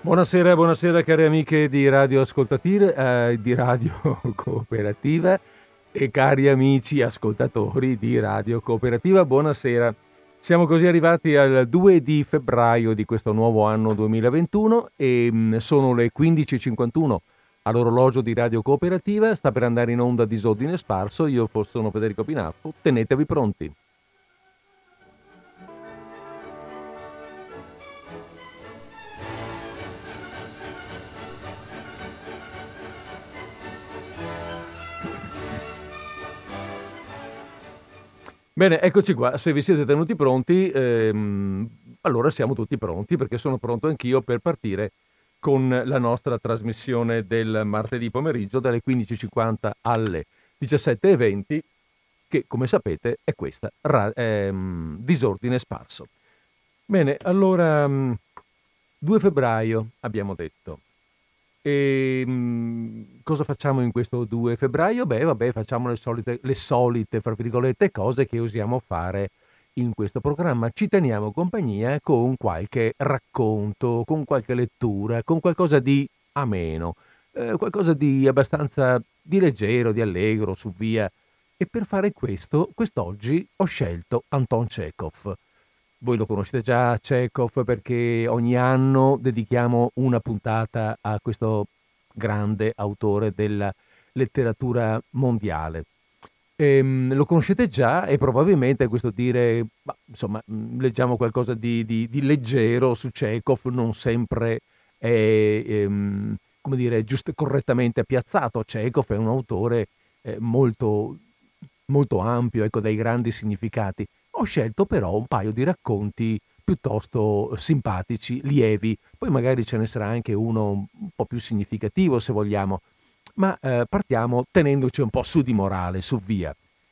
Buonasera cari amiche di Radio Ascoltative, di Radio Cooperativa e cari amici ascoltatori di Radio Cooperativa, buonasera. Siamo così arrivati al 2 di febbraio di questo nuovo anno 2021 e sono le 15.51 all'orologio di Radio Cooperativa, sta per andare in onda Disordine Sparso, io sono Federico Pinaffo, tenetevi pronti. Bene, eccoci qua, se vi siete tenuti pronti, allora siamo tutti pronti perché sono pronto anch'io per partire con la nostra trasmissione del martedì pomeriggio dalle 15.50 alle 17.20 che come sapete è questa, Disordine Sparso. Bene, allora 2 febbraio abbiamo detto. E cosa facciamo in questo 2 febbraio? Beh, vabbè, facciamo le solite, fra virgolette, cose che usiamo fare in questo programma. Ci teniamo compagnia con qualche racconto, con qualche lettura, con qualcosa di ameno, qualcosa di abbastanza di leggero, di allegro, su via. E per fare questo, quest'oggi ho scelto Anton Chekhov. Voi lo conoscete già, Chekhov, perché ogni anno dedichiamo una puntata a questo grande autore della letteratura mondiale. Lo conoscete già e probabilmente questo dire, insomma, leggiamo qualcosa di leggero su Chekhov, non sempre è, come dire, giusto, correttamente piazzato. Chekhov è un autore molto, molto ampio, ecco, dai grandi significati. Ho scelto però un paio di racconti piuttosto simpatici, lievi, poi magari ce ne sarà anche uno un po' più significativo se vogliamo, ma partiamo tenendoci un po' su di morale, su via.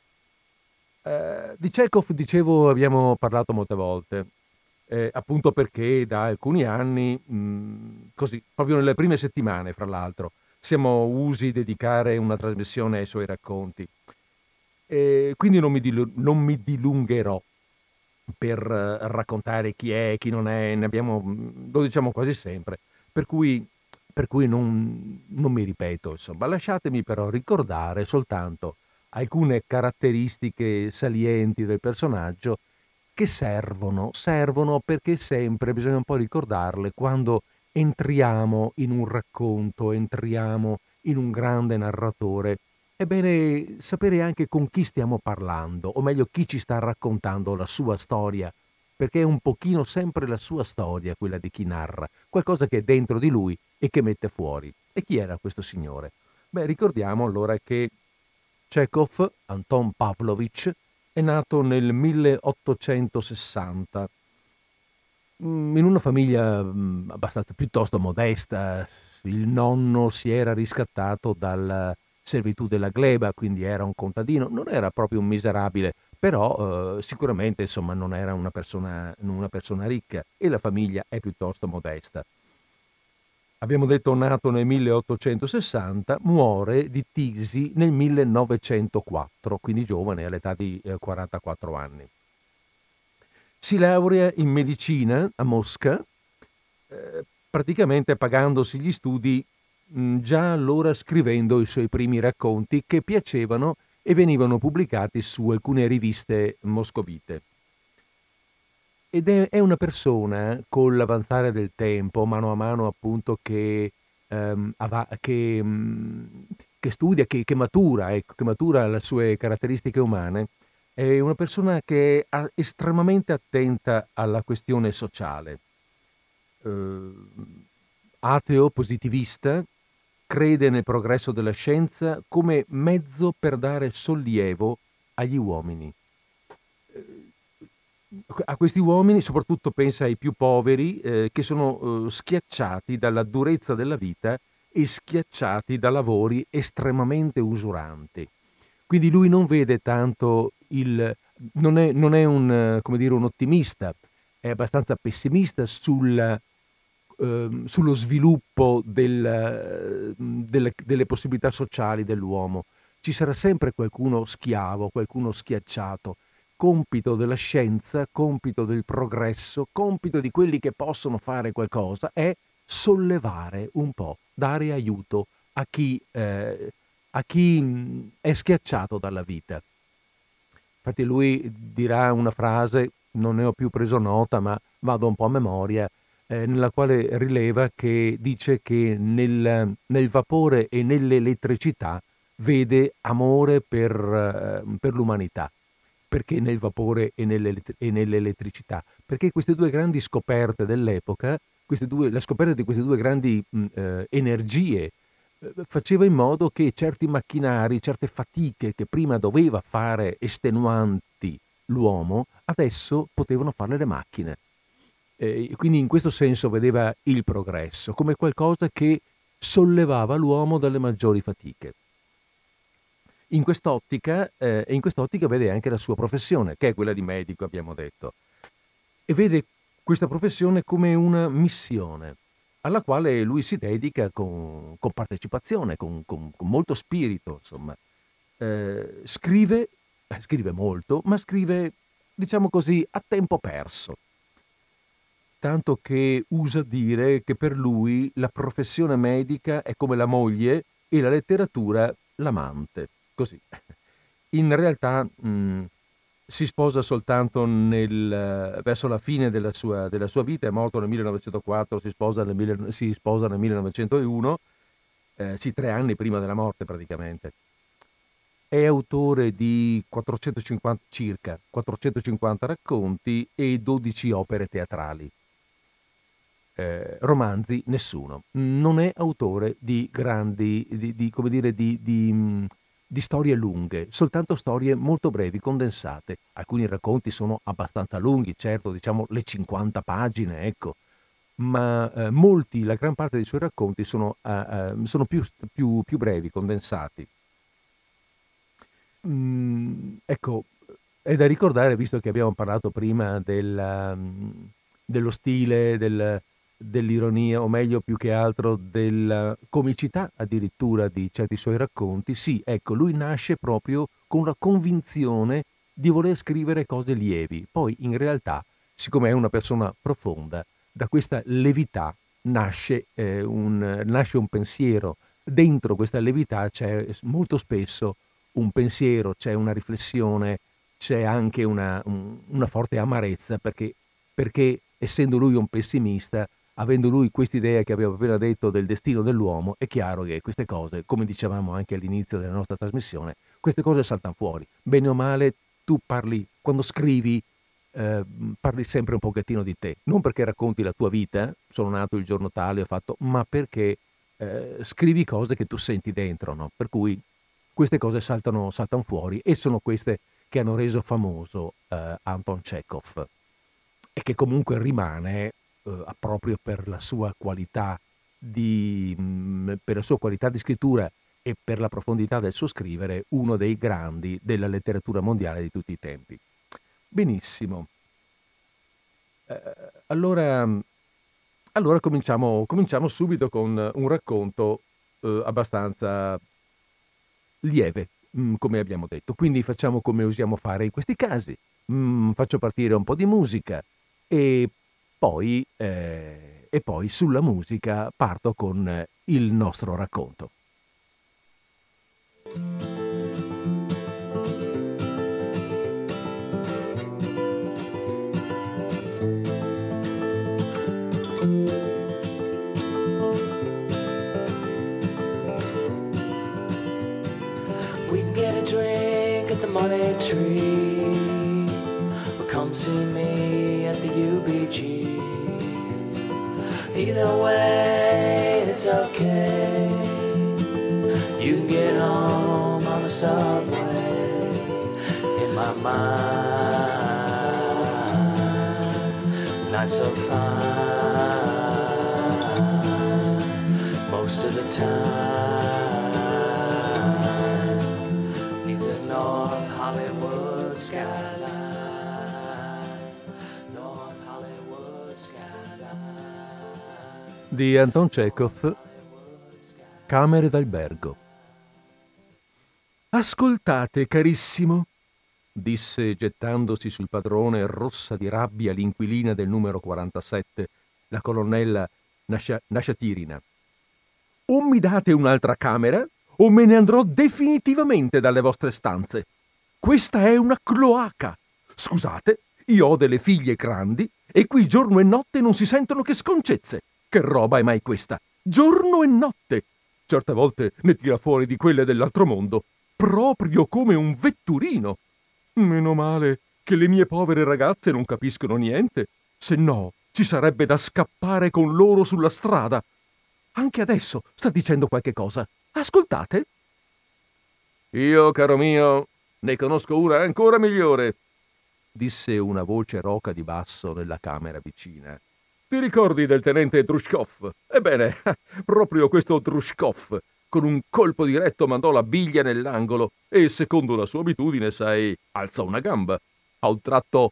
Di Chekhov, dicevo, abbiamo parlato molte volte, appunto perché da alcuni anni, così, proprio nelle prime settimane, fra l'altro, siamo usi dedicare una trasmissione ai suoi racconti. Quindi non mi dilungherò per raccontare chi è, chi non è, lo diciamo quasi sempre, per cui non mi ripeto, insomma. Lasciatemi però ricordare soltanto alcune caratteristiche salienti del personaggio che servono perché sempre bisogna un po' ricordarle quando entriamo in un racconto, entriamo in un grande narratore. È bene sapere anche con chi stiamo parlando, o meglio chi ci sta raccontando la sua storia, perché è un pochino sempre la sua storia quella di chi narra, qualcosa che è dentro di lui e che mette fuori. E chi era questo signore? Beh, ricordiamo allora che Chekhov, Anton Pavlovich, è nato nel 1860 in una famiglia abbastanza piuttosto modesta. Il nonno si era riscattato dalla servitù della gleba, quindi era un contadino, non era proprio un miserabile, però sicuramente insomma non era una persona ricca e la famiglia è piuttosto modesta. Abbiamo detto nato nel 1860, muore di tisi nel 1904, quindi giovane, all'età di 44 anni. Si laurea in medicina a Mosca, praticamente pagandosi gli studi già allora scrivendo i suoi primi racconti che piacevano e venivano pubblicati su alcune riviste moscovite. Ed è una persona con l'avanzare del tempo, mano a mano appunto che studia, che matura, ecco, che matura le sue caratteristiche umane, è una persona che è estremamente attenta alla questione sociale. Eh, Ateo, positivista, crede nel progresso della scienza come mezzo per dare sollievo agli uomini. A questi uomini, soprattutto pensa ai più poveri, che sono schiacciati dalla durezza della vita e schiacciati da lavori estremamente usuranti. Quindi lui non vede tanto non è un, come dire, un ottimista, è abbastanza pessimista sullo sviluppo delle possibilità sociali dell'uomo. Ci sarà sempre qualcuno schiavo, qualcuno schiacciato. Compito della scienza, compito del progresso, compito di quelli che possono fare qualcosa è sollevare un po', dare aiuto a chi è schiacciato dalla vita. Infatti lui dirà una frase, non ne ho più preso nota, ma vado un po' a memoria, nella quale rileva che dice che nel vapore e nell'elettricità vede amore per l'umanità. Perché nel vapore e nell'elettricità? Perché queste due grandi scoperte dell'epoca, la scoperta di queste due grandi energie, faceva in modo che certi macchinari, certe fatiche che prima doveva fare estenuanti l'uomo, adesso potevano farle le macchine. Quindi in questo senso vedeva il progresso come qualcosa che sollevava l'uomo dalle maggiori fatiche. In quest'ottica vede anche la sua professione, che è quella di medico, abbiamo detto, e vede questa professione come una missione alla quale lui si dedica con partecipazione, con molto spirito, insomma. Scrive molto, ma scrive, diciamo così, a tempo perso. Tanto che usa dire che per lui la professione medica è come la moglie e la letteratura l'amante. Così. In realtà si sposa soltanto verso la fine della sua vita, è morto nel 1904, si sposa nel 1901, sì, 3 anni prima della morte praticamente. È autore di circa 450 racconti e 12 opere teatrali. Romanzi nessuno. Non è autore di grandi, come dire, di storie lunghe, soltanto storie molto brevi, condensate. Alcuni racconti sono abbastanza lunghi, certo, diciamo le 50 pagine, ecco, ma la gran parte dei suoi racconti sono più brevi, condensati. Ecco, è da ricordare, visto che abbiamo parlato prima dello stile, dell'ironia, o meglio, più che altro, della comicità addirittura di certi suoi racconti. Sì, ecco, lui nasce proprio con la convinzione di voler scrivere cose lievi. Poi, in realtà, siccome è una persona profonda, da questa levità nasce un pensiero. Dentro questa levità c'è molto spesso un pensiero, c'è una riflessione, c'è anche una forte amarezza perché essendo lui un pessimista, avendo lui quest'idea che abbiamo appena detto del destino dell'uomo, è chiaro che queste cose, come dicevamo anche all'inizio della nostra trasmissione, queste cose saltano fuori. Bene o male, tu parli, quando scrivi, parli sempre un pochettino di te. Non perché racconti la tua vita, sono nato il giorno tale, ho fatto, ma perché scrivi cose che tu senti dentro, no? Per cui queste cose saltano fuori e sono queste che hanno reso famoso Anton Chekhov e che comunque rimane proprio per la sua qualità per la sua qualità di scrittura e per la profondità del suo scrivere, uno dei grandi della letteratura mondiale di tutti i tempi. Benissimo. Allora, cominciamo subito con un racconto abbastanza lieve, come abbiamo detto. Quindi facciamo come usiamo fare in questi casi. Faccio partire un po' di musica e poi sulla musica parto con il nostro racconto. We can get a drink at the Money Tree, or come see me at the UBG. Either way, it's okay. You can get home on the subway. In my mind, not so fine most of the time. Neither North Hollywood skyline, North Hollywood skyline. Di Anton Chekhov, Camere d'albergo. Ascoltate, carissimo, disse gettandosi sul padrone rossa di rabbia l'inquilina del numero 47, la colonnella Nasciatirina. O mi date un'altra camera o me ne andrò definitivamente dalle vostre stanze. Questa è una cloaca. Scusate, io ho delle figlie grandi e qui giorno e notte non si sentono che sconcezze. Che roba è mai questa? Giorno e notte. Certe volte ne tira fuori di quelle dell'altro mondo, proprio come un vetturino. Meno male che le mie povere ragazze non capiscono niente, se no ci sarebbe da scappare con loro sulla strada. Anche adesso sta dicendo qualche cosa. Ascoltate. Io, caro mio, ne conosco una ancora migliore, disse una voce roca di basso nella camera vicina. Ti ricordi del tenente Drushkov? Ebbene, proprio questo Drushkov, con un colpo diretto mandò la biglia nell'angolo e, secondo la sua abitudine, sai, alza una gamba. A un tratto...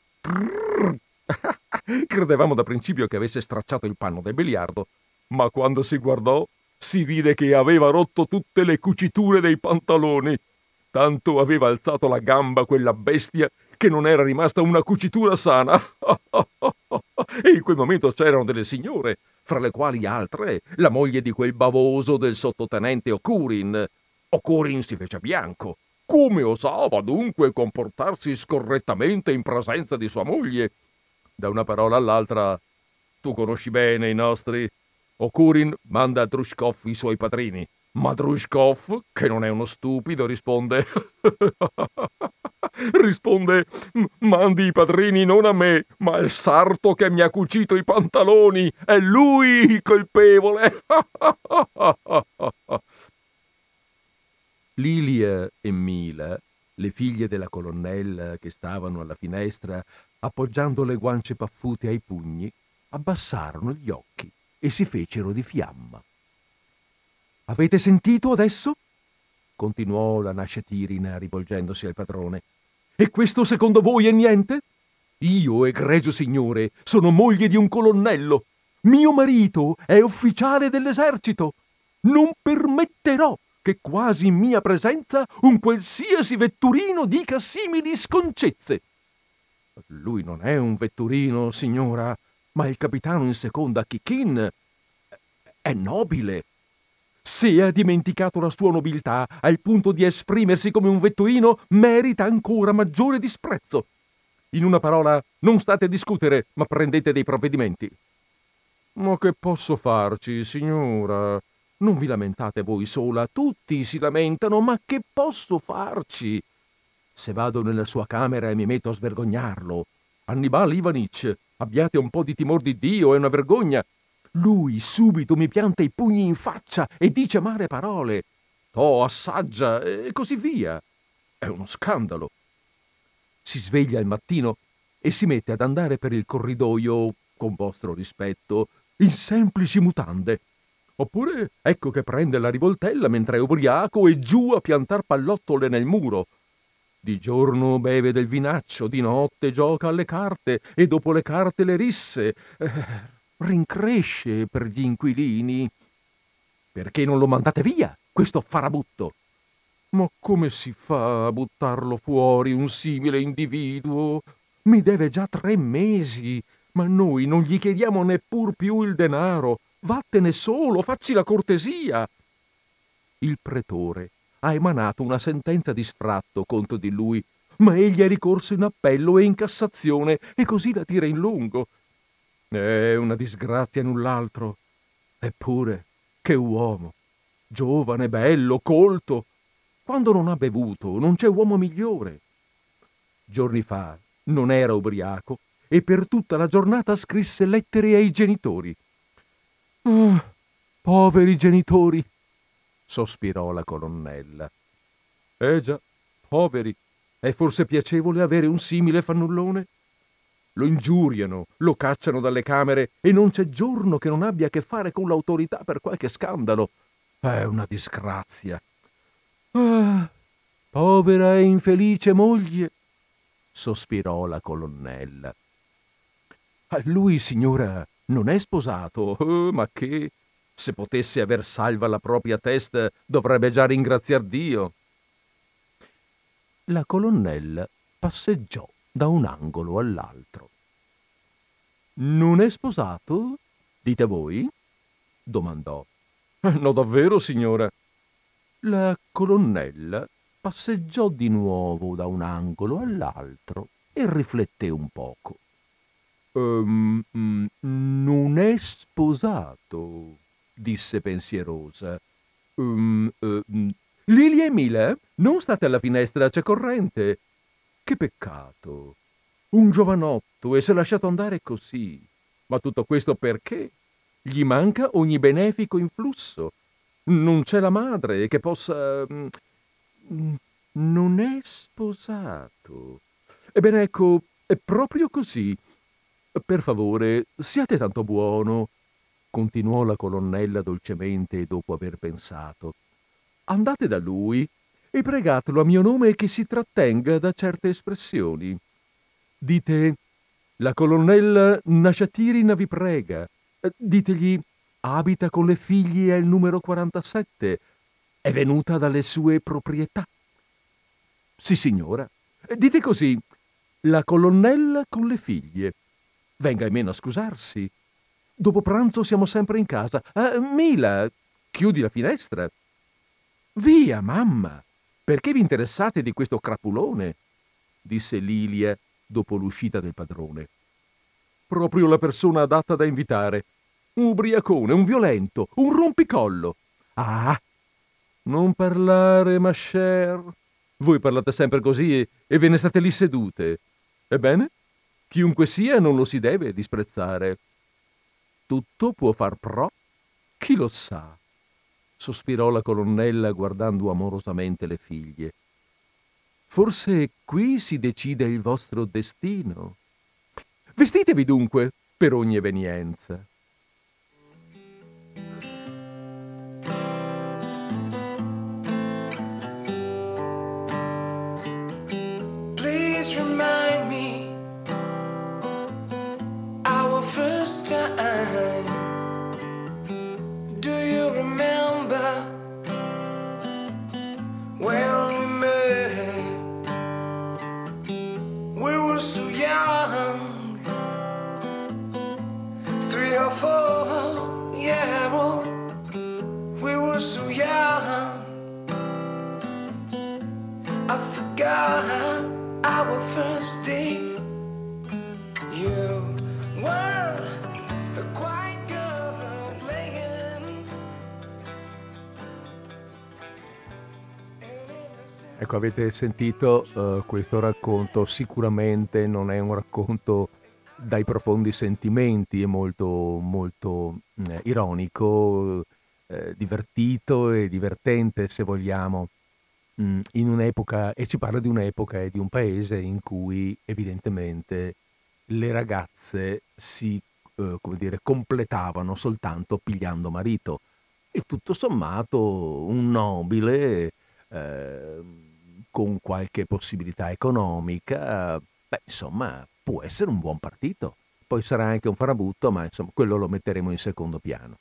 Credevamo da principio che avesse stracciato il panno del biliardo, ma quando si guardò si vide che aveva rotto tutte le cuciture dei pantaloni. Tanto aveva alzato la gamba quella bestia che non era rimasta una cucitura sana. E in quel momento c'erano delle signore, fra le quali altre la moglie di quel bavoso del sottotenente Okurin. Okurin si fece bianco. Come osava dunque comportarsi scorrettamente in presenza di sua moglie? Da una parola all'altra, tu conosci bene i nostri. Okurin manda a Drushkov i suoi padrini, ma Drushkov, che non è uno stupido, risponde... risponde, mandi i padrini non a me, ma al sarto che mi ha cucito i pantaloni. È lui il colpevole. Lilia e Mila, le figlie della colonnella che stavano alla finestra appoggiando le guance paffute ai pugni, abbassarono gli occhi e si fecero di fiamma. Avete sentito adesso? Continuò la Nasciatirina rivolgendosi al padrone. E questo secondo voi è niente? Io, egregio signore, sono moglie di un colonnello. Mio marito è ufficiale dell'esercito. Non permetterò che quasi in mia presenza un qualsiasi vetturino dica simili sconcezze. Lui non è un vetturino, signora, ma il capitano in seconda Kikhin è nobile. Se ha dimenticato la sua nobiltà al punto di esprimersi come un vetturino, merita ancora maggiore disprezzo. In una parola, non state a discutere, ma prendete dei provvedimenti. Ma che posso farci, signora? Non vi lamentate voi sola, tutti si lamentano, ma che posso farci? Se vado nella sua camera e mi metto a svergognarlo. Annibal Ivanich, abbiate un po' di timor di Dio, è una vergogna. Lui subito mi pianta i pugni in faccia e dice male parole. Oh, assaggia, e così via. È uno scandalo. Si sveglia al mattino e si mette ad andare per il corridoio, con vostro rispetto, in semplici mutande. Oppure ecco che prende la rivoltella mentre è ubriaco e giù a piantar pallottole nel muro. Di giorno beve del vinaccio, di notte gioca alle carte e dopo le carte le risse. Rincresce per gli inquilini. Perché non lo mandate via, questo farabutto? Ma come si fa a buttarlo fuori un simile individuo? Mi deve già 3 mesi, ma noi non gli chiediamo neppur più il denaro. Vattene solo, facci la cortesia. Il pretore ha emanato una sentenza di sfratto contro di lui, ma egli è ricorso in appello e in Cassazione e così la tira in lungo. È una disgrazia null'altro. Eppure, che uomo! Giovane, bello, colto. Quando non ha bevuto, non c'è uomo migliore. Giorni fa non era ubriaco e per tutta la giornata scrisse lettere ai genitori. Ah, poveri genitori! Sospirò la colonnella. Già, poveri. È forse piacevole avere un simile fannullone? Lo ingiuriano, lo cacciano dalle camere e non c'è giorno che non abbia a che fare con l'autorità per qualche scandalo. È una disgrazia. Ah, povera e infelice moglie, sospirò la colonnella. Lui, signora, non è sposato, ma che, se potesse aver salva la propria testa, dovrebbe già ringraziar Dio. La colonnella passeggiò da un angolo all'altro. Non è sposato? Dite voi? Domandò. No, davvero, signora? La colonnella passeggiò di nuovo da un angolo all'altro e rifletté un poco. Non è sposato, disse pensierosa. Lilia e Mila, non state alla finestra, c'è corrente. Che peccato. Un giovanotto e s'è lasciato andare così. Ma tutto questo perché? Gli manca ogni benefico influsso. Non c'è la madre che possa... Non è sposato. Ebbene ecco, è proprio così. Per favore, siate tanto buono, continuò la colonnella dolcemente dopo aver pensato. Andate da lui e pregatelo a mio nome che si trattenga da certe espressioni. Dite, la colonnella Nasciatirina vi prega. Ditegli, abita con le figlie al numero 47. È venuta dalle sue proprietà. Sì, signora. Dite così, la colonnella con le figlie. Venga almeno a scusarsi. Dopo pranzo siamo sempre in casa. Mila, chiudi la finestra. Via, mamma. Perché vi interessate di questo crapulone? Disse Lilia dopo l'uscita del padrone. Proprio la persona adatta da invitare. Un ubriacone, un violento, un rompicollo. Ah, non parlare, ma cher. Voi parlate sempre così e ve ne state lì sedute. Ebbene, chiunque sia non lo si deve disprezzare. Tutto può far pro, chi lo sa, sospirò la colonnella guardando amorosamente le figlie. Forse qui si decide il vostro destino. Vestitevi dunque per ogni evenienza. Please remind me our first time. Do you remember when we met? We were so young, 3 or 4 years old. We were so young, I forgot our first date. You were a quiet girl playing. Ecco, avete sentito questo racconto, sicuramente non è un racconto dai profondi sentimenti, è molto, molto ironico, divertito e divertente, se vogliamo, in un'epoca, e ci parla di un'epoca e di un paese in cui evidentemente le ragazze si, come dire, completavano soltanto pigliando marito. E tutto sommato un nobile con qualche possibilità economica, beh, insomma, può essere un buon partito. Poi sarà anche un farabutto, ma insomma, quello lo metteremo in secondo piano.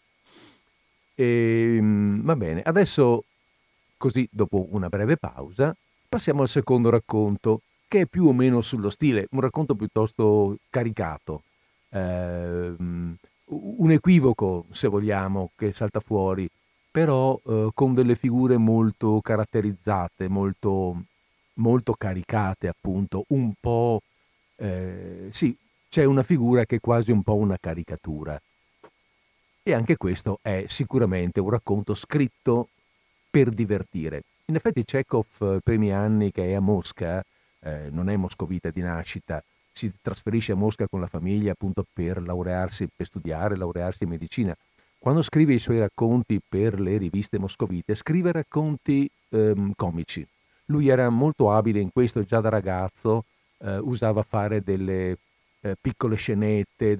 Va bene, adesso, così dopo una breve pausa, passiamo al secondo racconto, che è più o meno sullo stile, un racconto piuttosto caricato, un equivoco, se vogliamo, che salta fuori, però con delle figure molto caratterizzate, molto, molto caricate, appunto, un po'... sì, c'è una figura che è quasi un po' una caricatura. E anche questo è sicuramente un racconto scritto per divertire. In effetti Chekhov, i primi anni che è a Mosca, non è moscovita di nascita, si trasferisce a Mosca con la famiglia appunto per laurearsi, per studiare, laurearsi in medicina. Quando scrive i suoi racconti per le riviste moscovite, scrive racconti comici. Lui era molto abile in questo già da ragazzo, usava fare delle piccole scenette,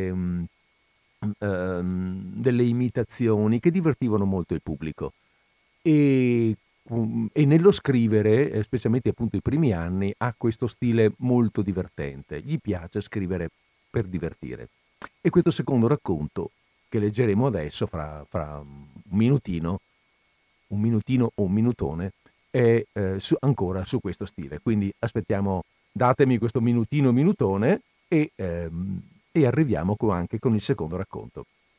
delle imitazioni che divertivano molto il pubblico. E nello scrivere, specialmente appunto i primi anni, ha questo stile molto divertente. Gli piace scrivere per divertire. E questo secondo racconto che leggeremo adesso, fra un minutino o un minutone, è ancora su questo stile. Quindi aspettiamo, datemi questo minutone e arriviamo anche con il secondo racconto.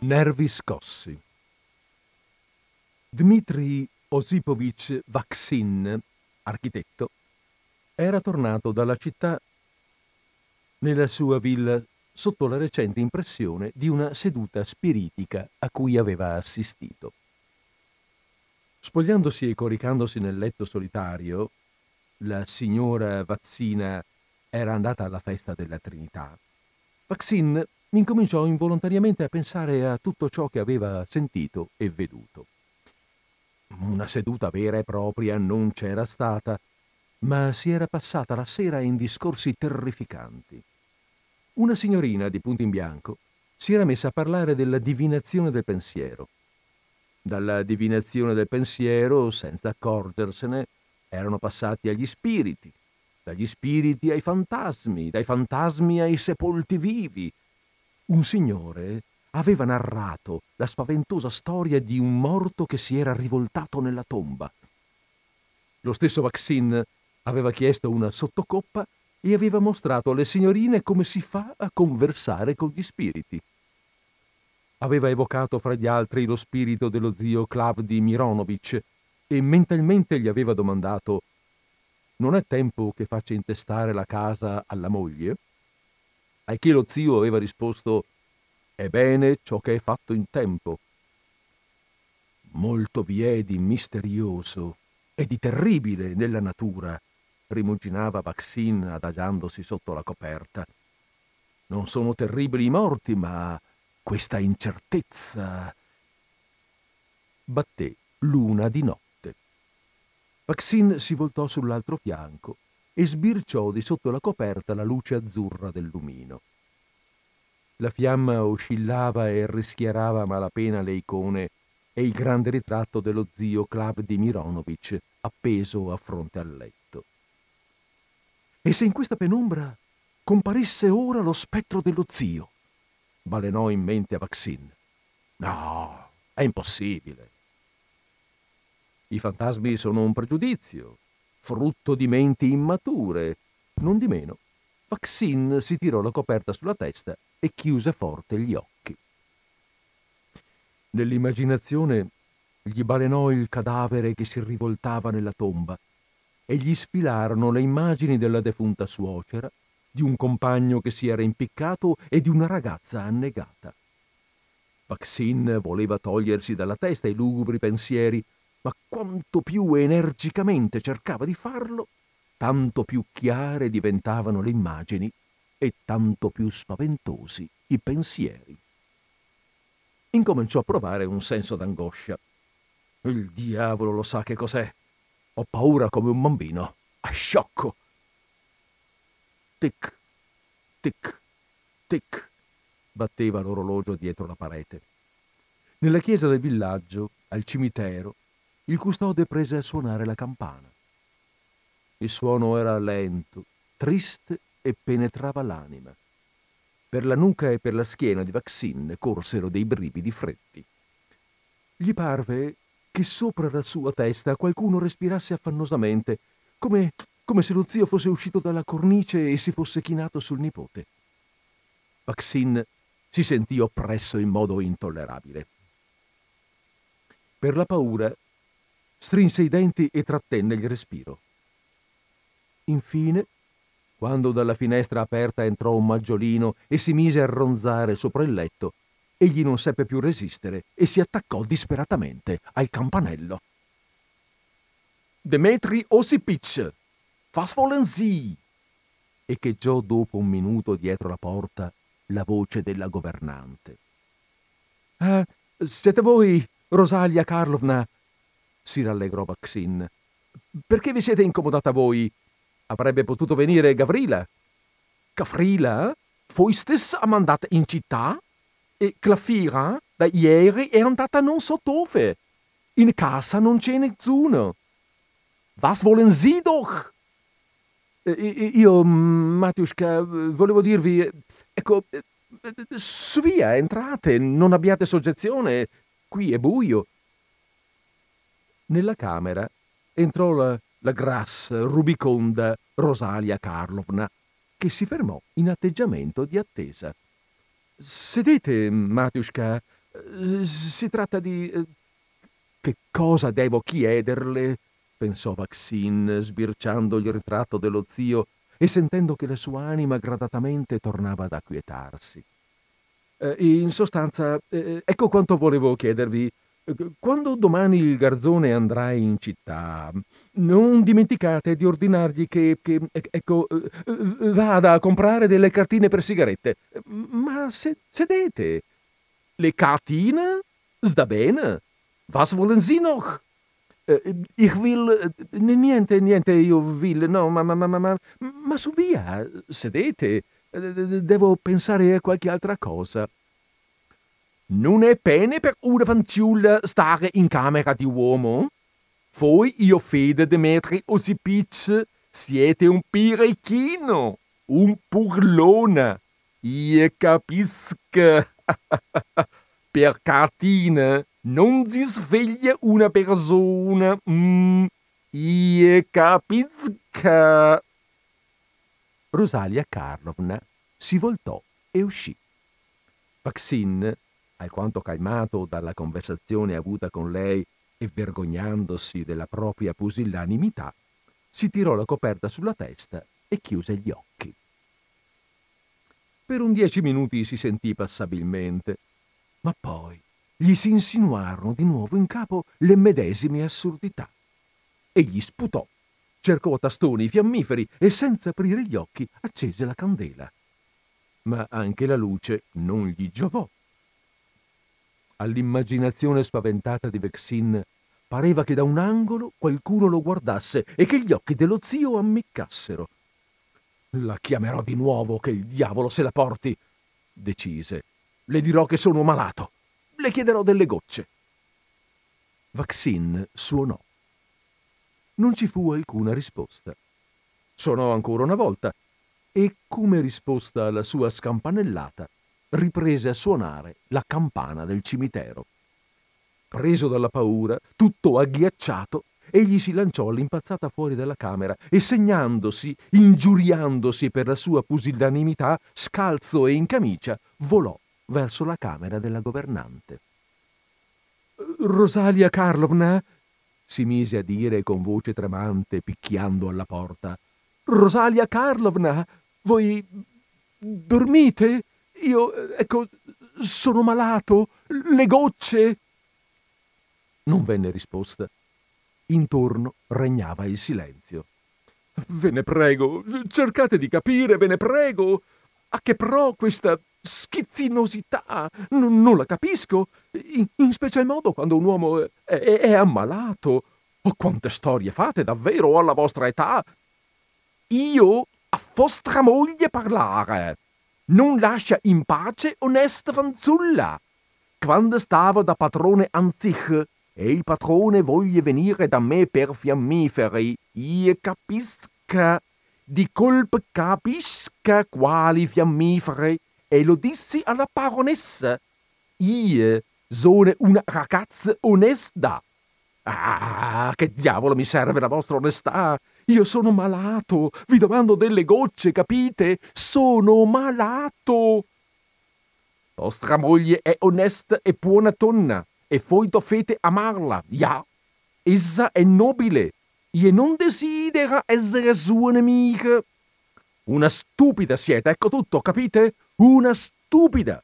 Nervi scossi. Dmitri Osipovich Vaksin, architetto, era tornato dalla città nella sua villa sotto la recente impressione di una seduta spiritica a cui aveva assistito. Spogliandosi e coricandosi nel letto solitario, la signora Vazzina era andata alla festa della Trinità. Vaksin incominciò involontariamente a pensare a tutto ciò che aveva sentito e veduto. Una seduta vera e propria non c'era stata, ma si era passata la sera in discorsi terrificanti. Una signorina di punto in bianco si era messa a parlare della divinazione del pensiero. Dalla divinazione del pensiero, senza accorgersene, erano passati agli spiriti, dagli spiriti ai fantasmi, dai fantasmi ai sepolti vivi. Un signore aveva narrato la spaventosa storia di un morto che si era rivoltato nella tomba. Lo stesso Vaksin aveva chiesto una sottocoppa e aveva mostrato alle signorine come si fa a conversare con gli spiriti. Aveva evocato fra gli altri lo spirito dello zio Klavdi Mironovich e mentalmente gli aveva domandato: «Non è tempo che faccia intestare la casa alla moglie?» A che lo zio aveva risposto: «È bene ciò che è fatto in tempo». «Molto vi è di misterioso e di terribile nella natura», rimuginava Vaksin adagiandosi sotto la coperta. «Non sono terribili i morti, ma questa incertezza». Batté l'una di notte. Vaksin si voltò sull'altro fianco e sbirciò di sotto la coperta la luce azzurra del lumino. La fiamma oscillava e rischiarava a malapena le icone e il grande ritratto dello zio Klavdi Mironovich appeso a fronte al letto. «E se in questa penombra comparisse ora lo spettro dello zio?» balenò in mente a Vaksin. «No, è impossibile. I fantasmi sono un pregiudizio, frutto di menti immature. Non di meno, Vaksin si tirò la coperta sulla testa e chiuse forte gli occhi. Nell'immaginazione gli balenò il cadavere che si rivoltava nella tomba e gli sfilarono le immagini della defunta suocera, di un compagno che si era impiccato e di una ragazza annegata. Vaksin voleva togliersi dalla testa i lugubri pensieri, ma quanto più energicamente cercava di farlo, tanto più chiare diventavano le immagini e tanto più spaventosi i pensieri. Incominciò a provare un senso d'angoscia. «Il diavolo lo sa che cos'è. Ho paura come un bambino. A sciocco!» Tic, tic, tic, batteva l'orologio dietro la parete. Nella chiesa del villaggio, al cimitero, il custode prese a suonare la campana. Il suono era lento, triste e penetrava l'anima. Per la nuca e per la schiena di Vaksin corsero dei brividi freddi. Gli parve che sopra la sua testa qualcuno respirasse affannosamente, come se lo zio fosse uscito dalla cornice e si fosse chinato sul nipote. Vaksin si sentì oppresso in modo intollerabile. Per la paura strinse i denti e trattenne il respiro. Infine, quando dalla finestra aperta entrò un maggiolino e si mise a ronzare sopra il letto, egli non seppe più resistere e si attaccò disperatamente al campanello. «Dmitri Osipich, was wollen Sie?» echeggiò dopo un minuto dietro la porta la voce della governante. «Ah, siete voi, Rosalia Karlovna?» si rallegrò Vaksin. «Perché vi siete incomodata voi? Avrebbe potuto venire Gavrila». «Gavrila? Voi stessa mandata in città? E Glafira da ieri è andata non so dove. In casa non c'è nessuno. Was wollen Sie doch?» «Io, Matiuszka, volevo dirvi, ecco, su via, entrate, non abbiate soggezione, qui è buio». Nella camera entrò la grassa, rubiconda Rosalia Karlovna, che si fermò in atteggiamento di attesa. «Sedete, Matiuszka, Si tratta di... Che cosa devo chiederle? Pensò Vaksin, sbirciando il ritratto dello zio e sentendo che la sua anima gradatamente tornava ad acquietarsi. In sostanza, ecco quanto volevo chiedervi. Quando domani il garzone andrà in città, non dimenticate di ordinargli ecco, vada a comprare delle cartine per sigarette. Ma sedete. Le cartine? Sta bene. Was wollen Sie noch? Ich will... niente, io will... No, ma su via, sedete. Devo pensare a qualche altra cosa. Non è bene per una fanciulla stare in camera di uomo? Voi, io fede Demetri Osipic, siete un pirechino, un purlona. Io capisco. Per cartine non si sveglia una persona. Io capisco. Rosalia Karlovna si voltò e uscì. Vaksin, alquanto calmato dalla conversazione avuta con lei e vergognandosi della propria pusillanimità, si tirò la coperta sulla testa e chiuse gli occhi. Per 10 minuti si sentì passabilmente, ma poi gli si insinuarono di nuovo in capo le medesime assurdità. Egli sputò, cercò a tastoni i fiammiferi e senza aprire gli occhi accese la candela. Ma anche la luce non gli giovò. All'immaginazione spaventata di Vaksin pareva che da un angolo qualcuno lo guardasse e che gli occhi dello zio ammiccassero. La chiamerò di nuovo, che il diavolo se la porti, decise. Le dirò che sono malato. Le chiederò delle gocce. Vaksin suonò. Non ci fu alcuna risposta. Suonò ancora una volta e, come risposta alla sua scampanellata, riprese a suonare la campana del cimitero. Preso dalla paura, tutto agghiacciato, egli si lanciò all'impazzata fuori dalla camera e, segnandosi, ingiuriandosi per la sua pusillanimità, scalzo e in camicia, volò verso la camera della governante. «Rosalia Karlovna», si mise a dire con voce tremante, picchiando alla porta. «Rosalia Karlovna, voi dormite? Io, ecco, sono malato. Le gocce!» Non venne risposta. Intorno regnava il silenzio. «Ve ne prego, cercate di capire, ve ne prego. A che pro questa schizzinosità? Non la capisco, in special modo quando un uomo è ammalato. Oh, quante storie fate davvero alla vostra età! Io a vostra moglie parlare. Non lascia in pace onesta fanciulla. Quando stavo da padrone Anzich e il padrone voglie venire da me per fiammiferi, io capisca, di colpo capisca quali fiammiferi, e lo dissi alla baronessa. Io sono una ragazza onesta. Ah, che diavolo mi serve la vostra onestà? Io sono malato, vi domando delle gocce, capite? Sono malato. Vostra moglie è onesta e buona donna, e voi dovete amarla, ja. Essa è nobile, e non desidera essere sua nemica. Una stupida siete, ecco tutto, capite? Una stupida.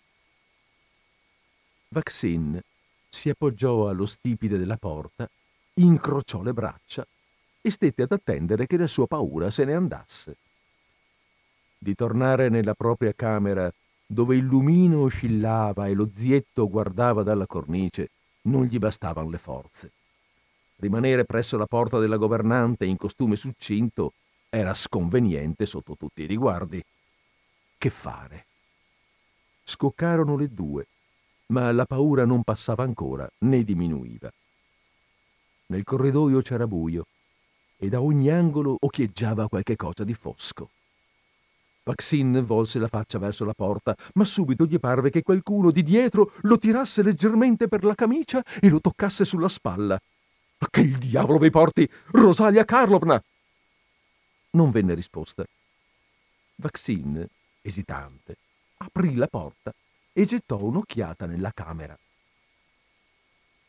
Vaksin si appoggiò allo stipite della porta, incrociò le braccia e stette ad attendere che la sua paura se ne andasse. Di tornare nella propria camera, dove il lumino oscillava e lo zietto guardava dalla cornice, non gli bastavano le forze. Rimanere presso la porta della governante in costume succinto era sconveniente sotto tutti i riguardi. Che fare? Scoccarono le 2, ma la paura non passava ancora né diminuiva. Nel corridoio c'era buio e da ogni angolo occhieggiava qualche cosa di fosco. Vaksin volse la faccia verso la porta, ma subito gli parve che qualcuno di dietro lo tirasse leggermente per la camicia e lo toccasse sulla spalla. «Che il diavolo vi porti, Rosalia Karlovna!» Non venne risposta. Vaksin, esitante, aprì la porta e gettò un'occhiata nella camera,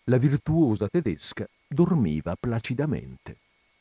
la virtuosa tedesca dormiva placidamente.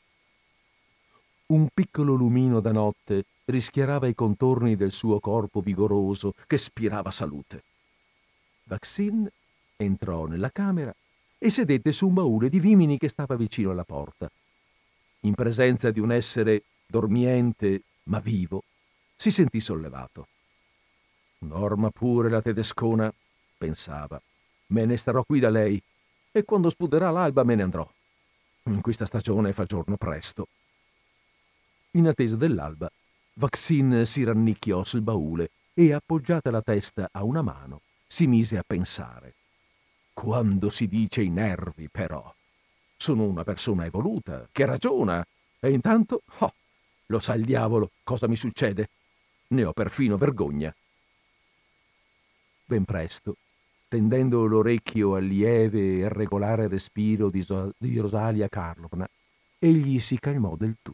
Un piccolo lumino da notte rischiarava i contorni del suo corpo vigoroso che spirava salute. Vaksin entrò nella camera e sedette su un baule di vimini che stava vicino alla porta. In presenza di un essere dormiente ma vivo, si sentì sollevato. Dorma pure la tedescona, pensava. Me ne starò qui da lei e quando sputerà l'alba me ne andrò. In questa stagione fa giorno presto. In attesa dell'alba, Vaksin si rannicchiò sul baule e, appoggiata la testa a una mano, si mise a pensare. Quando si dice i nervi, però. Sono una persona evoluta, che ragiona, e intanto, lo sa il diavolo cosa mi succede. Ne ho perfino vergogna. Ben presto, tendendo l'orecchio al lieve e regolare respiro di Rosalia Karlovna, egli si calmò del tutto.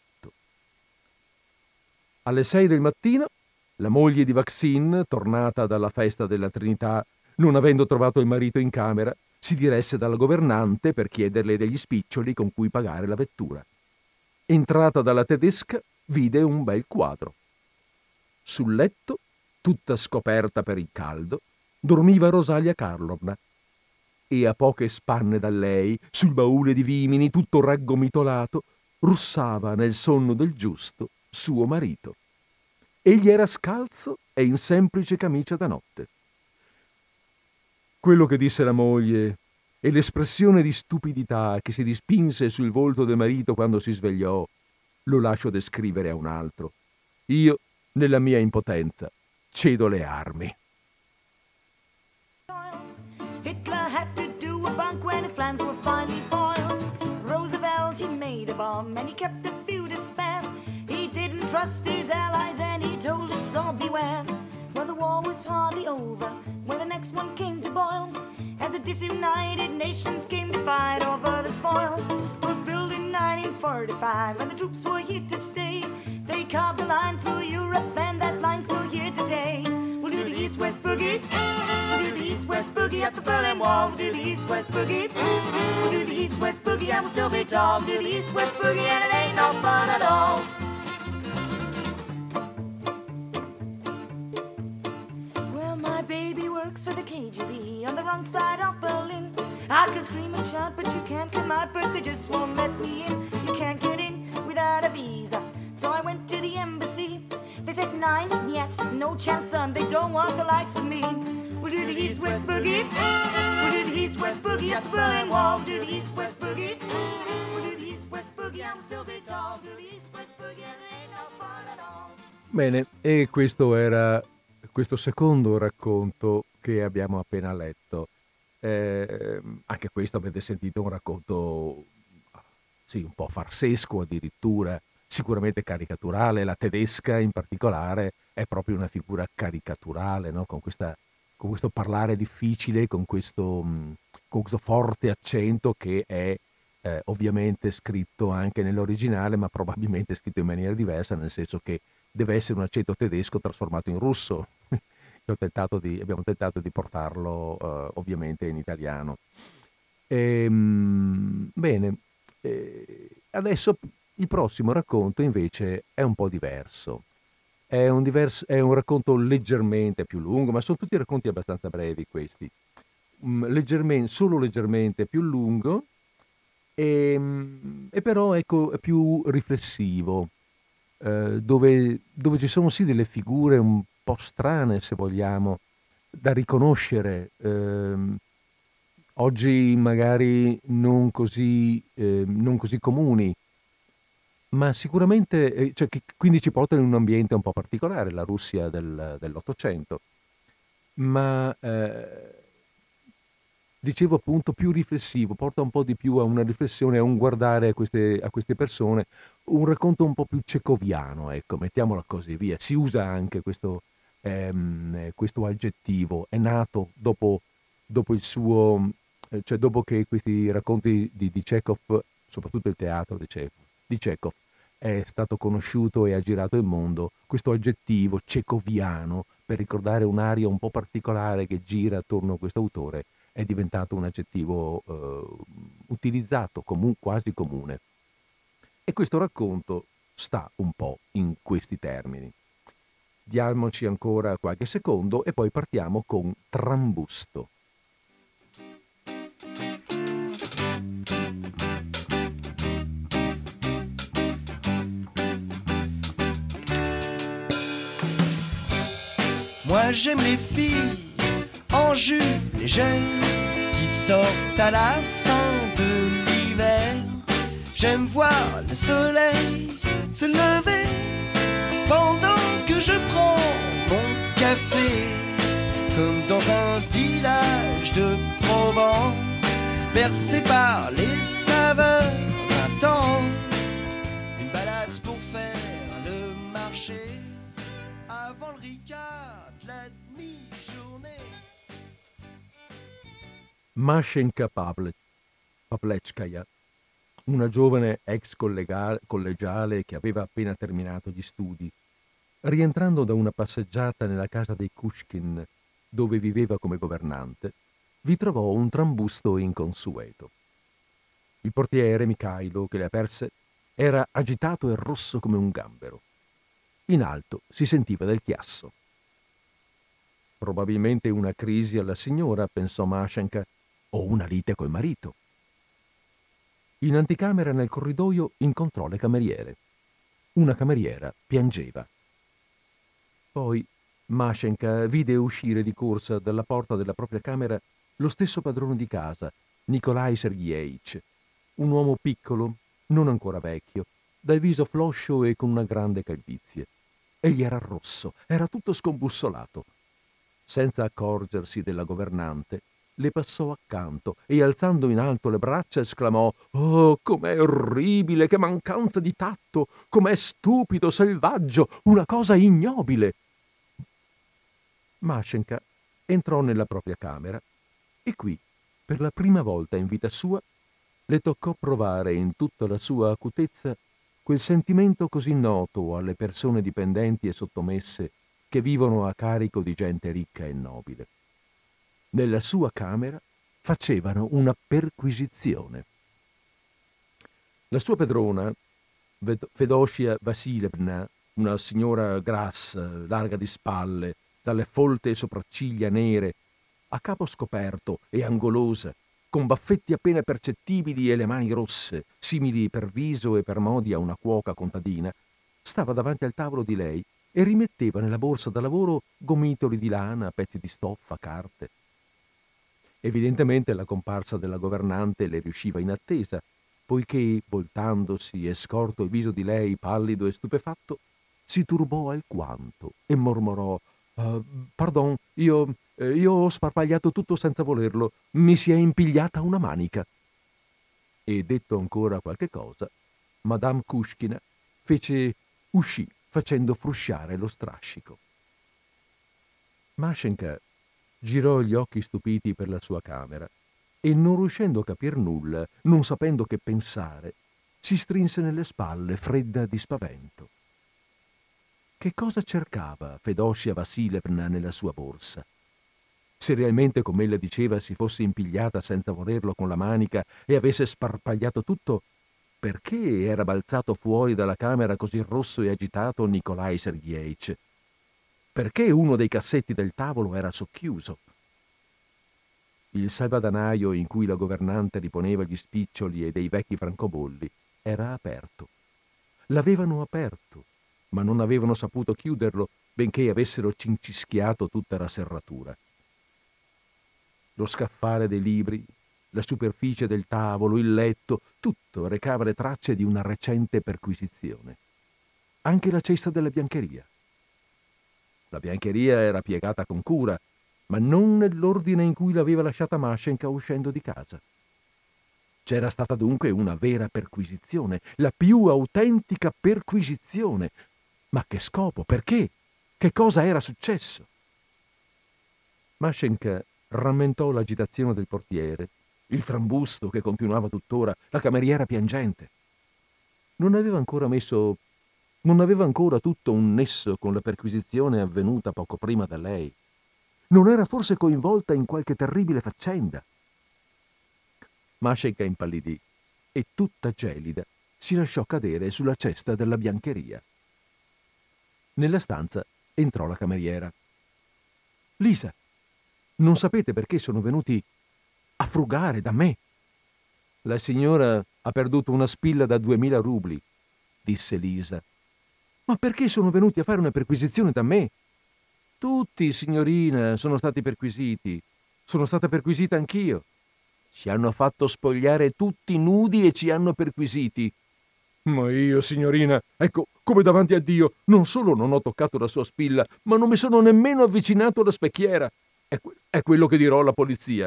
Alle 6 del mattino, la moglie di Vaksin, tornata dalla festa della Trinità, non avendo trovato il marito in camera, si diresse dalla governante per chiederle degli spiccioli con cui pagare la vettura. Entrata dalla tedesca, vide un bel quadro. Sul letto, tutta scoperta per il caldo, dormiva Rosalia Karlovna e a poche spanne da lei, sul baule di vimini, tutto raggomitolato, russava nel sonno del giusto suo marito. Egli era scalzo e in semplice camicia da notte. Quello che disse la moglie e l'espressione di stupidità che si dispinse sul volto del marito quando si svegliò, lo lascio descrivere a un altro. Io, nella mia impotenza, cedo le armi. Hitler had to do a bunk when his plans were finally foiled. Roosevelt, he made a bomb and he kept a few to spare. He didn't trust his allies and he told us all beware. Well, the war was hardly over when the next one came to boil. As the disunited nations came to fight over the spoils. It was built in 1945 and the troops were here to stay. They carved a line through Europe and that line's still here today. We'll do the East-West Boogie. We'll do the East-West Boogie at the Berlin Wall. We'll do the East-West Boogie. We'll do the East-West Boogie and we'll still be tall. We'll do the East-West Boogie and it ain't no fun at all. Well, my baby works for the KGB on the wrong side of Berlin. I can scream and shout, but you can't come out, but they just won't let me in. You can't get in without a visa. So I went to the embassy. They said 9, yet no chance, son. They don't want the likes of me. We'll do the East-West Boogie. We'll do the East-West Boogie at the Berlin Wall. We'll do the East-West Boogie. We'll do the East-West Boogie and we'll still be tall. We'll do the East-West Boogie and it ain't no fun at all. Bene, e questo era questo secondo racconto che abbiamo appena letto. Anche questo avete sentito un racconto, sì, un po' farsesco addirittura, sicuramente caricaturale. La tedesca in particolare è proprio una figura caricaturale, no? Con questo parlare difficile, con questo forte accento che è ovviamente scritto anche nell'originale, ma probabilmente scritto in maniera diversa, nel senso che deve essere un accento tedesco trasformato in russo. Abbiamo tentato di portarlo ovviamente in italiano. Bene, adesso il prossimo racconto invece è un po' diverso. È un racconto leggermente più lungo, ma sono tutti racconti abbastanza brevi questi. Solo leggermente più lungo, e però ecco, è più riflessivo, dove ci sono sì delle figure un po' strane, se vogliamo, da riconoscere, oggi magari non così comuni, ma sicuramente, cioè, che quindi ci portano in un ambiente un po' particolare, la Russia dell'Ottocento, ma dicevo appunto più riflessivo, porta un po' di più a una riflessione, a un guardare a queste persone, un racconto un po' più cecoviano, ecco, mettiamola così, via. Si usa anche questo aggettivo, è nato dopo il suo, cioè dopo che questi racconti di Chekhov, soprattutto il teatro di Chekhov, è stato conosciuto e ha girato il mondo, questo aggettivo cecoviano, per ricordare un'aria un po' particolare che gira attorno a questo autore, è diventato un aggettivo utilizzato quasi comune. E questo racconto sta un po' in questi termini. Diamoci ancora qualche secondo e poi partiamo con trambusto. Moi j'aime les filles en jupe légère qui sortent à la fin de l'hiver. J'aime voir le soleil se lever pendant que je prends mon café, comme dans un village de Provence, bercé par les saveurs intenses. Une balade pour faire le marché avant le Ricard de la demi-journée. Mashenka Pavlechkaya, una giovane ex collegiale che aveva appena terminato gli studi, rientrando da una passeggiata nella casa dei Kushkin, dove viveva come governante, vi trovò un trambusto inconsueto. Il portiere Mikhailo, che le aperse, era agitato e rosso come un gambero. In alto si sentiva del chiasso. Probabilmente una crisi alla signora, pensò Mashenka, o una lite col marito. In anticamera nel corridoio incontrò le cameriere. Una cameriera piangeva. Poi Mashenka vide uscire di corsa dalla porta della propria camera lo stesso padrone di casa, Nikolai Sergeevich, un uomo piccolo, non ancora vecchio, dal viso floscio e con una grande calvizie. Egli era rosso, era tutto scombussolato. Senza accorgersi della governante, le passò accanto e alzando in alto le braccia esclamò: «Oh, com'è orribile, che mancanza di tatto! Com'è stupido, selvaggio, una cosa ignobile!» Mashenka entrò nella propria camera e qui, per la prima volta in vita sua, le toccò provare in tutta la sua acutezza quel sentimento così noto alle persone dipendenti e sottomesse che vivono a carico di gente ricca e nobile. Nella sua camera facevano una perquisizione. La sua padrona, Fedosia Vasilevna, una signora grassa, larga di spalle, dalle folte sopracciglia nere, a capo scoperto e angolosa, con baffetti appena percettibili e le mani rosse, simili per viso e per modi a una cuoca contadina, stava davanti al tavolo di lei e rimetteva nella borsa da lavoro gomitoli di lana, pezzi di stoffa, carte. Evidentemente la comparsa della governante le riusciva inattesa, poiché, voltandosi e scorto il viso di lei pallido e stupefatto, si turbò alquanto e mormorò: «Pardon, io ho sparpagliato tutto senza volerlo, mi si è impigliata una manica». E detto ancora qualche cosa, Madame Kushkina uscì facendo frusciare lo strascico. Mashenka girò gli occhi stupiti per la sua camera e, non riuscendo a capir nulla, non sapendo che pensare, si strinse nelle spalle, fredda di spavento. Che cosa cercava Fedosia Vasilevna nella sua borsa? Se realmente, come ella diceva, si fosse impigliata senza volerlo con la manica e avesse sparpagliato tutto, perché era balzato fuori dalla camera così rosso e agitato Nikolai Sergeevich? Perché uno dei cassetti del tavolo era socchiuso? Il salvadanaio in cui la governante riponeva gli spiccioli e dei vecchi francobolli era aperto. L'avevano aperto, ma non avevano saputo chiuderlo, benché avessero cincischiato tutta la serratura. Lo scaffale dei libri, la superficie del tavolo, il letto, tutto recava le tracce di una recente perquisizione. Anche la cesta della biancheria. La biancheria era piegata con cura, ma non nell'ordine in cui l'aveva lasciata Mashenka uscendo di casa. C'era stata dunque una vera perquisizione, la più autentica perquisizione. Ma che scopo? Perché? Che cosa era successo? Mashenka rammentò l'agitazione del portiere, il trambusto che continuava tuttora, la cameriera piangente. Non aveva ancora tutto un nesso con la perquisizione avvenuta poco prima da lei. Non era forse coinvolta in qualche terribile faccenda? Mashenka impallidì e, tutta gelida, si lasciò cadere sulla cesta della biancheria. Nella stanza entrò la cameriera. «Lisa, non sapete perché sono venuti a frugare da me?» «La signora ha perduto una spilla da 2000 rubli», disse Lisa. «Ma perché sono venuti a fare una perquisizione da me?» «Tutti, signorina, sono stati perquisiti. Sono stata perquisita anch'io. Ci hanno fatto spogliare tutti nudi e ci hanno perquisiti». «Ma io, signorina, ecco, come davanti a Dio, non solo non ho toccato la sua spilla, ma non mi sono nemmeno avvicinato alla specchiera. È quello che dirò alla polizia».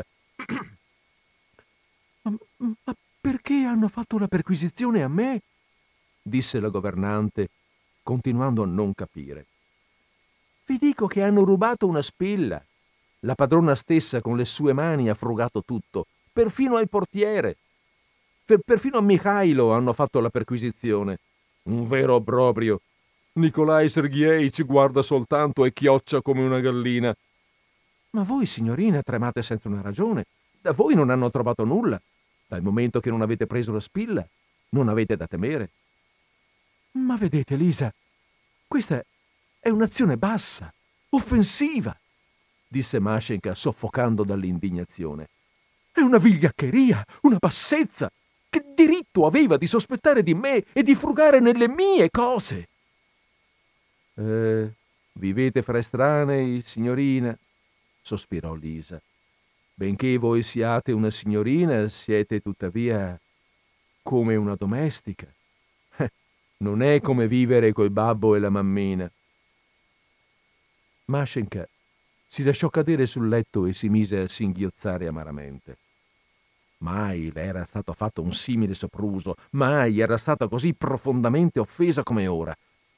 Ma perché hanno fatto la perquisizione a me?» disse la governante, continuando a non capire. «Vi dico che hanno rubato una spilla. La padrona stessa con le sue mani ha frugato tutto, perfino al portiere. Perfino a Mikhailo hanno fatto la perquisizione. Un vero obbrobrio. Nikolai Sergeich guarda soltanto e chioccia come una gallina». «Ma voi, signorina, tremate senza una ragione. Da voi non hanno trovato nulla. Dal momento che non avete preso la spilla, non avete da temere». «Ma vedete, Lisa, questa è un'azione bassa, offensiva», disse Mashenka, soffocando dall'indignazione. «È una vigliaccheria, una bassezza. Che diritto aveva di sospettare di me e di frugare nelle mie cose?» «Vivete fra estranei, signorina», sospirò Lisa. «Benché voi siate una signorina, siete tuttavia come una domestica. Non è come vivere col babbo e la mammina». Mashenka si lasciò cadere sul letto e si mise a singhiozzare amaramente. Mai le era stato fatto un simile sopruso, mai era stata così profondamente offesa come ora.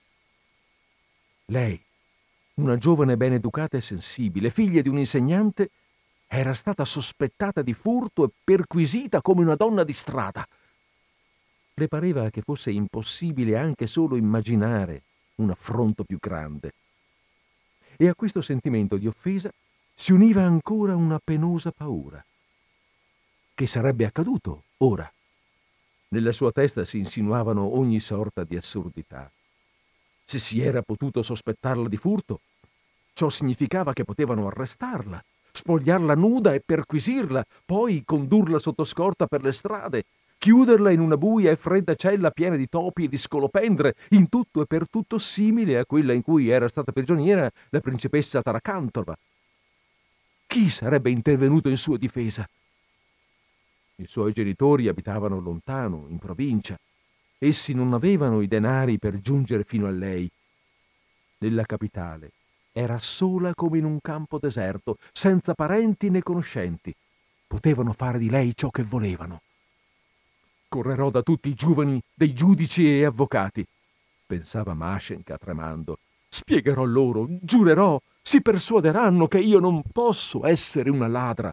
Lei, una giovane ben educata e sensibile, figlia di un insegnante, era stata sospettata di furto e perquisita come una donna di strada. Le pareva che fosse impossibile anche solo immaginare un affronto più grande. E a questo sentimento di offesa si univa ancora una penosa paura. Che sarebbe accaduto ora? Nella sua testa si insinuavano ogni sorta di assurdità. Se si era potuto sospettarla di furto, ciò significava che potevano arrestarla, spogliarla nuda e perquisirla, poi condurla sotto scorta per le strade, chiuderla in una buia e fredda cella piena di topi e di scolopendre, in tutto e per tutto simile a quella in cui era stata prigioniera la principessa Tarakantova. Chi sarebbe intervenuto in sua difesa? I suoi genitori abitavano lontano, in provincia. Essi non avevano i denari per giungere fino a lei. Nella capitale era sola come in un campo deserto, senza parenti né conoscenti. Potevano fare di lei ciò che volevano. «Correrò da tutti i giovani dei giudici e avvocati», pensava Mashenka tremando. «Spiegherò loro, giurerò, si persuaderanno che io non posso essere una ladra».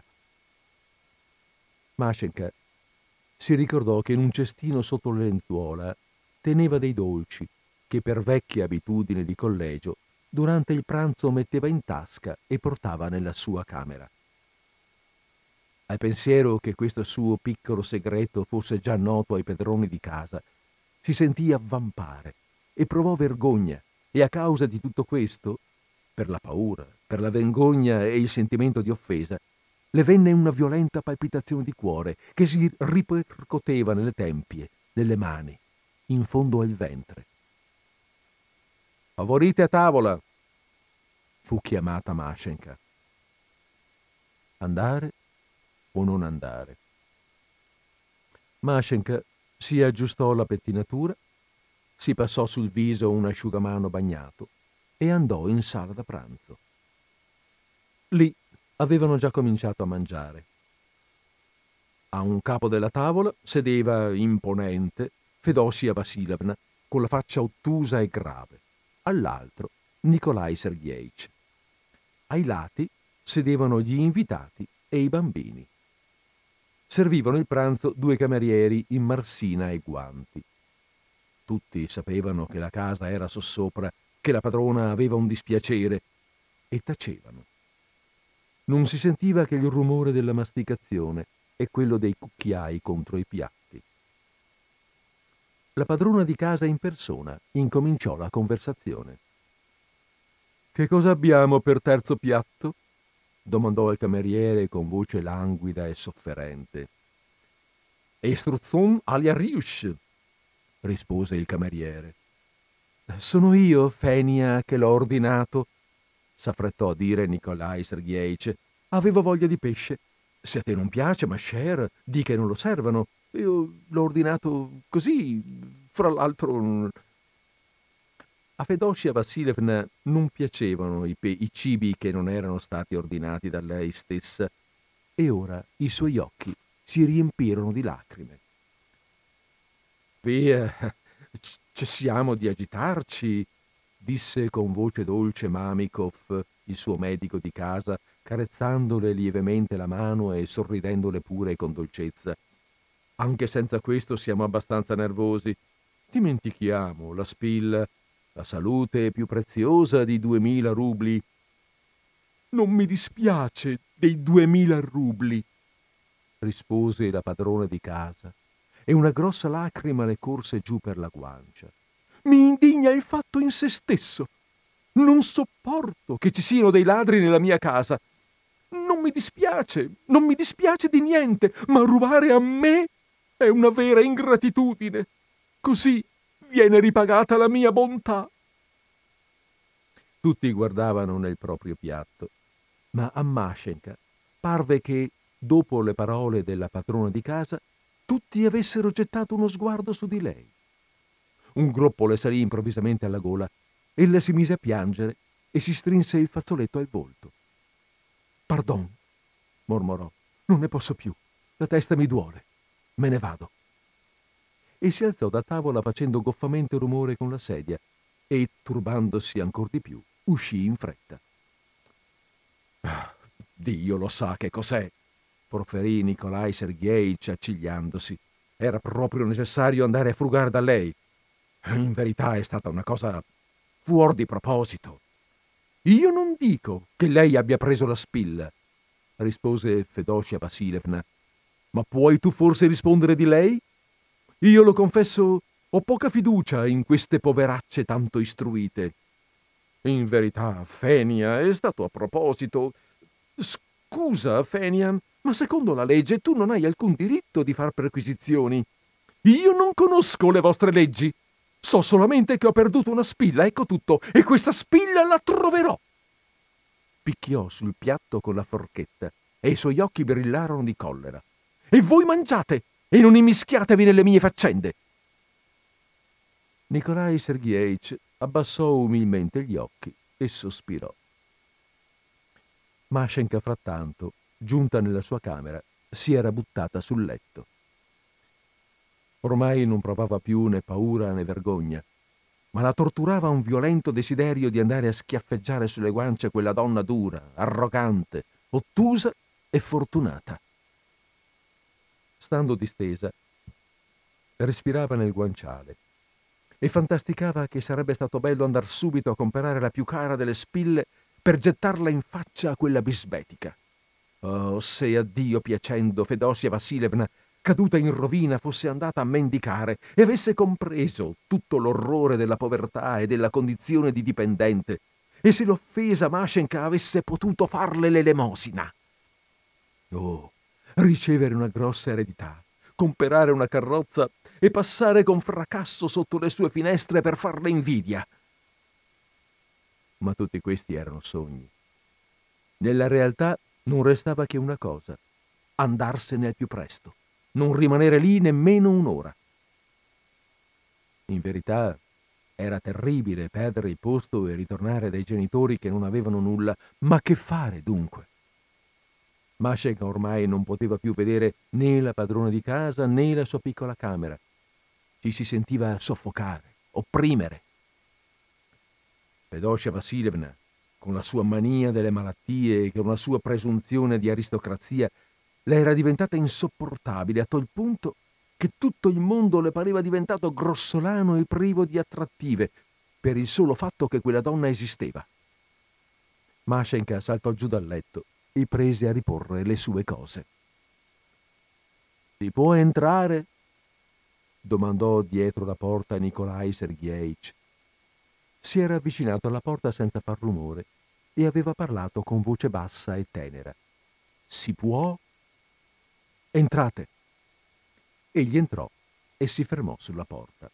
Mashenka si ricordò che in un cestino sotto le lenzuola teneva dei dolci che per vecchia abitudine di collegio durante il pranzo metteva in tasca e portava nella sua camera. Al pensiero che questo suo piccolo segreto fosse già noto ai padroni di casa, si sentì avvampare e provò vergogna, e a causa di tutto questo, per la paura, per la vergogna e il sentimento di offesa, le venne una violenta palpitazione di cuore che si ripercuoteva nelle tempie, nelle mani, in fondo al ventre. «Favorite a tavola!» fu chiamata Mashenka. Andare o non andare? Mashenka si aggiustò la pettinatura, si passò sul viso un asciugamano bagnato e andò in sala da pranzo. Lì avevano già cominciato a mangiare. A un capo della tavola sedeva imponente Fedosia Vasilovna con la faccia ottusa e grave, all'altro Nikolai Sergeich. Ai lati sedevano gli invitati e i bambini. Servivano il pranzo due camerieri in marsina e guanti. Tutti sapevano che la casa era sossopra, che la padrona aveva un dispiacere, e tacevano. Non si sentiva che il rumore della masticazione e quello dei cucchiai contro i piatti. La padrona di casa in persona incominciò la conversazione. «Che cosa abbiamo per terzo piatto?» domandò il cameriere con voce languida e sofferente. «Estruzon aglia riusce», rispose il cameriere. «Sono io, Fenia, che l'ho ordinato», s'affrettò a dire Nikolai Sergeevich. «Avevo voglia di pesce. Se a te non piace, ma cher, di che non lo servano. Io l'ho ordinato così, fra l'altro...» A Fedosia Vassilievna non piacevano i cibi che non erano stati ordinati da lei stessa, e ora i suoi occhi si riempirono di lacrime. «Via, cessiamo di agitarci», disse con voce dolce Mamikov, il suo medico di casa, carezzandole lievemente la mano e sorridendole pure con dolcezza. «Anche senza questo siamo abbastanza nervosi. Dimentichiamo la spilla. La salute è più preziosa di 2000 rubli». «Non mi dispiace dei 2000 rubli», rispose la padrona di casa, e una grossa lacrima le corse giù per la guancia. «Mi indigna il fatto in se stesso. Non sopporto che ci siano dei ladri nella mia casa. Non mi dispiace di niente, ma rubare a me è una vera ingratitudine. Così viene ripagata la mia bontà». Tutti guardavano nel proprio piatto, ma a Mashenka parve che, dopo le parole della padrona di casa, tutti avessero gettato uno sguardo su di lei. Un groppo le salì improvvisamente alla gola. Ella si mise a piangere e si strinse il fazzoletto al volto. «Pardon», mormorò, «non ne posso più. La testa mi duole. Me ne vado». E si alzò da tavola facendo goffamente rumore con la sedia e, turbandosi ancor di più, uscì in fretta. «Dio lo sa che cos'è», proferì Nikolai Sergeevich accigliandosi. «Era proprio necessario andare a frugare da lei. In verità è stata una cosa fuor di proposito». «Io non dico che lei abbia preso la spilla», rispose Fedosia Vassilievna. «Ma puoi tu forse rispondere di lei? Io lo confesso, ho poca fiducia in queste poveracce tanto istruite». «In verità, Fenia, è stato a proposito». «Scusa, Fenia, ma secondo la legge tu non hai alcun diritto di far perquisizioni». «Io non conosco le vostre leggi. So solamente che ho perduto una spilla, ecco tutto, e questa spilla la troverò». Picchiò sul piatto con la forchetta e i suoi occhi brillarono di collera. «E voi mangiate e non immischiatevi nelle mie faccende». Nikolai Sergeevich abbassò umilmente gli occhi e sospirò. Mashenka, frattanto, giunta nella sua camera, si era buttata sul letto. Ormai non provava più né paura né vergogna, ma la torturava un violento desiderio di andare a schiaffeggiare sulle guance quella donna dura, arrogante, ottusa e fortunata. Stando distesa, respirava nel guanciale e fantasticava che sarebbe stato bello andar subito a comprare la più cara delle spille per gettarla in faccia a quella bisbetica. Oh, se a Dio piacendo Fedosia Vassilievna, caduta in rovina, fosse andata a mendicare e avesse compreso tutto l'orrore della povertà e della condizione di dipendente, e se l'offesa Mashenka avesse potuto farle l'elemosina. Oh, ricevere una grossa eredità, comperare una carrozza e passare con fracasso sotto le sue finestre per farle invidia. Ma tutti questi erano sogni. Nella realtà non restava che una cosa: andarsene al più presto, non rimanere lì nemmeno un'ora. In verità era terribile perdere il posto e ritornare dai genitori che non avevano nulla, ma che fare dunque? Mashenka ormai non poteva più vedere né la padrona di casa né la sua piccola camera. Ci si sentiva soffocare, opprimere. Fedosia Vassilievna, con la sua mania delle malattie e con la sua presunzione di aristocrazia, le era diventata insopportabile a tal punto che tutto il mondo le pareva diventato grossolano e privo di attrattive per il solo fatto che quella donna esisteva. Mashenka saltò giù dal letto e prese a riporre le sue cose. «Si può entrare?» domandò dietro la porta Nikolai Sergeevich. Si era avvicinato alla porta senza far rumore e aveva parlato con voce bassa e tenera. «Si può?» «Entrate!» Egli entrò e si fermò sulla porta.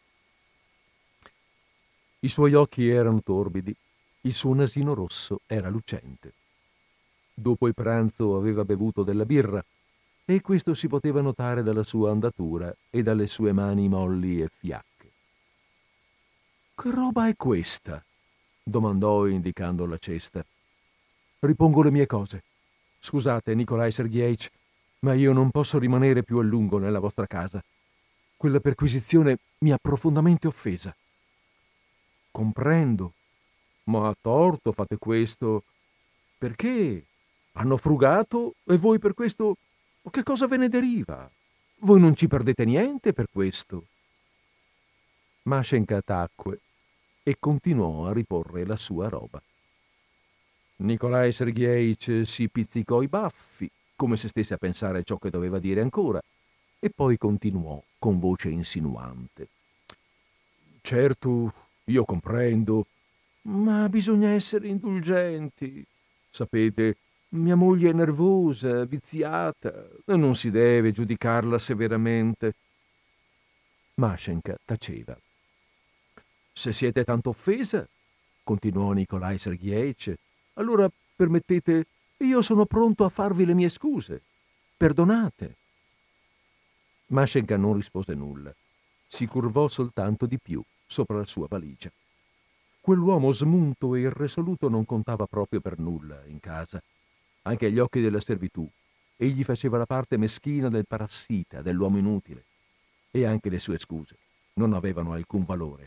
I suoi occhi erano torbidi, il suo nasino rosso era lucente. Dopo il pranzo aveva bevuto della birra e questo si poteva notare dalla sua andatura e dalle sue mani molli e fiacche. «Che roba è questa?» domandò indicando la cesta. «Ripongo le mie cose. Scusate, Nikolai Sergeevich, ma io non posso rimanere più a lungo nella vostra casa. Quella perquisizione mi ha profondamente offesa». «Comprendo, ma a torto fate questo. Perché? Hanno frugato e voi per questo... Che cosa ve ne deriva? Voi non ci perdete niente per questo». Mashenka tacque e continuò a riporre la sua roba. Nikolai Sergeevich si pizzicò i baffi, come se stesse a pensare ciò che doveva dire ancora, e poi continuò con voce insinuante. «Certo, io comprendo, ma bisogna essere indulgenti. Sapete, mia moglie è nervosa, viziata, e non si deve giudicarla severamente». Mashenka taceva. «Se siete tanto offesa», continuò Nikolai Sergeevich, «allora permettete, io sono pronto a farvi le mie scuse. Perdonate». Mashenka non rispose nulla. Si curvò soltanto di più sopra la sua valigia. Quell'uomo smunto e irresoluto non contava proprio per nulla in casa. Anche agli occhi della servitù egli faceva la parte meschina del parassita, dell'uomo inutile. E anche le sue scuse non avevano alcun valore.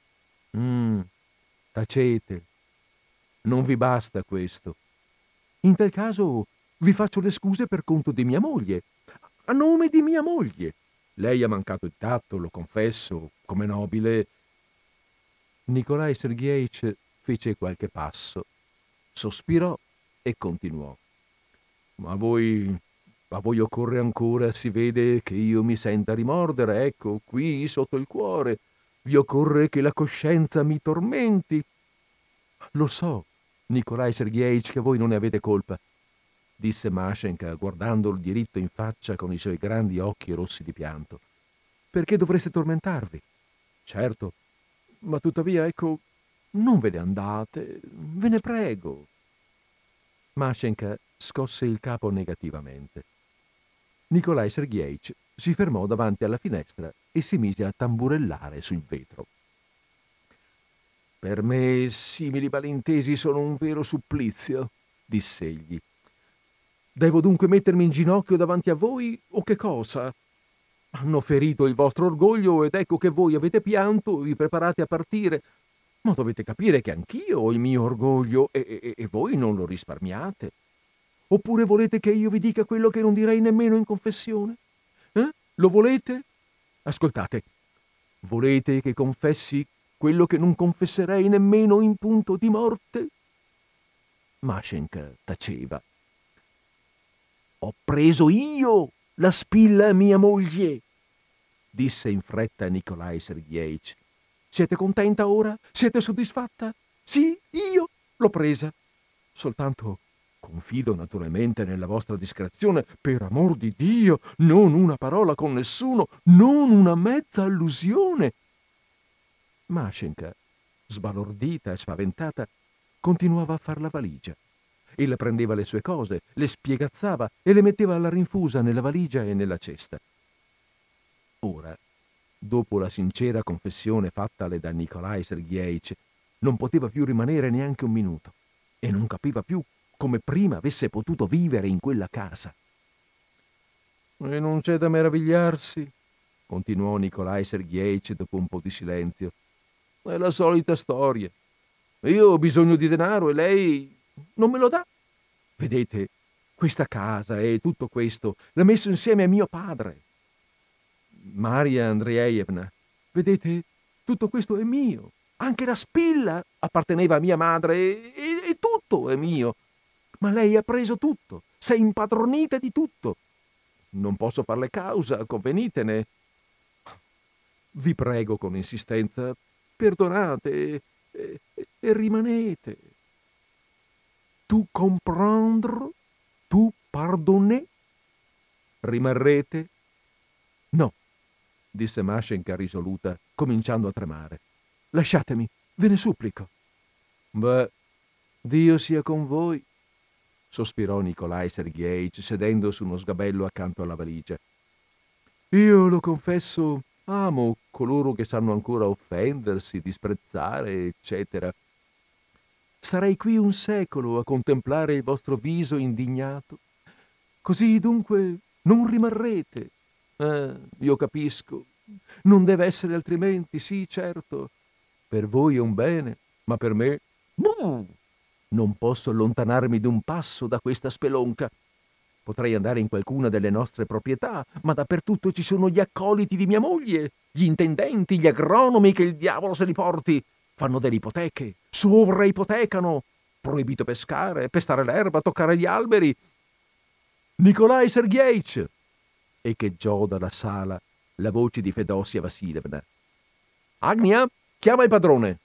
Tacete. Non vi basta questo. In tal caso vi faccio le scuse per conto di mia moglie, a nome di mia moglie. Lei ha mancato il tatto, lo confesso, come nobile». Nikolai Sergeevich fece qualche passo, sospirò e continuò. A voi occorre ancora, si vede, che io mi senta rimordere, ecco, qui sotto il cuore. Vi occorre che la coscienza mi tormenti. Lo so, Nikolai Sergeevich, che voi non ne avete colpa, disse Mashenka, guardandolo diritto in faccia con i suoi grandi occhi rossi di pianto. Perché dovreste tormentarvi? Certo, ma tuttavia, ecco, non ve ne andate, ve ne prego. Mashenka scosse il capo negativamente. Nikolai Sergeevich si fermò davanti alla finestra e si mise a tamburellare sul vetro. «Per me simili malintesi sono un vero supplizio», diss'egli. «Devo dunque mettermi in ginocchio davanti a voi o che cosa? Hanno ferito il vostro orgoglio ed ecco che voi avete pianto e vi preparate a partire. Ma dovete capire che anch'io ho il mio orgoglio e voi non lo risparmiate. Oppure volete che io vi dica quello che non direi nemmeno in confessione? Lo volete? Ascoltate. Volete che confessi quello che non confesserei nemmeno in punto di morte?» Mashenka taceva. «Ho preso io la spilla a mia moglie», disse in fretta Nikolai Sergeevich. «Siete contenta ora? Siete soddisfatta? Sì, io l'ho presa. Soltanto confido naturalmente nella vostra discrezione. Per amor di Dio, non una parola con nessuno, non una mezza allusione». Mashenka, sbalordita e spaventata, continuava a far la valigia. Ella prendeva le sue cose, le spiegazzava e le metteva alla rinfusa nella valigia e nella cesta. Ora, dopo la sincera confessione fattale da Nikolai Sergeevich, non poteva più rimanere neanche un minuto e non capiva più come prima avesse potuto vivere in quella casa. «E non c'è da meravigliarsi», continuò Nikolai Sergeevich dopo un po' di silenzio. «È la solita storia. Io ho bisogno di denaro e lei non me lo dà. Vedete, questa casa e tutto questo l'ha messo insieme a mio padre. Maria Andreevna, vedete, tutto questo è mio. Anche la spilla apparteneva a mia madre e tutto è mio. Ma lei ha preso tutto, s'è impadronita di tutto. Non posso farle causa, convenitene. Vi prego con insistenza, perdonate e rimanete. Tu comprendre, tu pardonner? Rimarrete? No, disse Mashenka risoluta, cominciando a tremare. Lasciatemi, ve ne supplico. Beh, Dio sia con voi, sospirò Nikolai Sergeevich sedendo su uno sgabello accanto alla valigia. Io lo confesso, amo coloro che sanno ancora offendersi, disprezzare, eccetera. Starei qui un secolo a contemplare il vostro viso indignato. Così dunque non rimarrete. Io capisco. Non deve essere altrimenti, sì, certo. Per voi è un bene, ma per me... Non posso allontanarmi d'un passo da questa spelonca. Potrei andare in qualcuna delle nostre proprietà, ma dappertutto ci sono gli accoliti di mia moglie, gli intendenti, gli agronomi, che il diavolo se li porti. Fanno delle ipoteche, sovraipotecano. Proibito pescare, pestare l'erba, toccare gli alberi. Nikolai Sergeevich! Echeggiò dalla sala la voce di Fedosia Vasilevna. Agnia, chiama il padrone.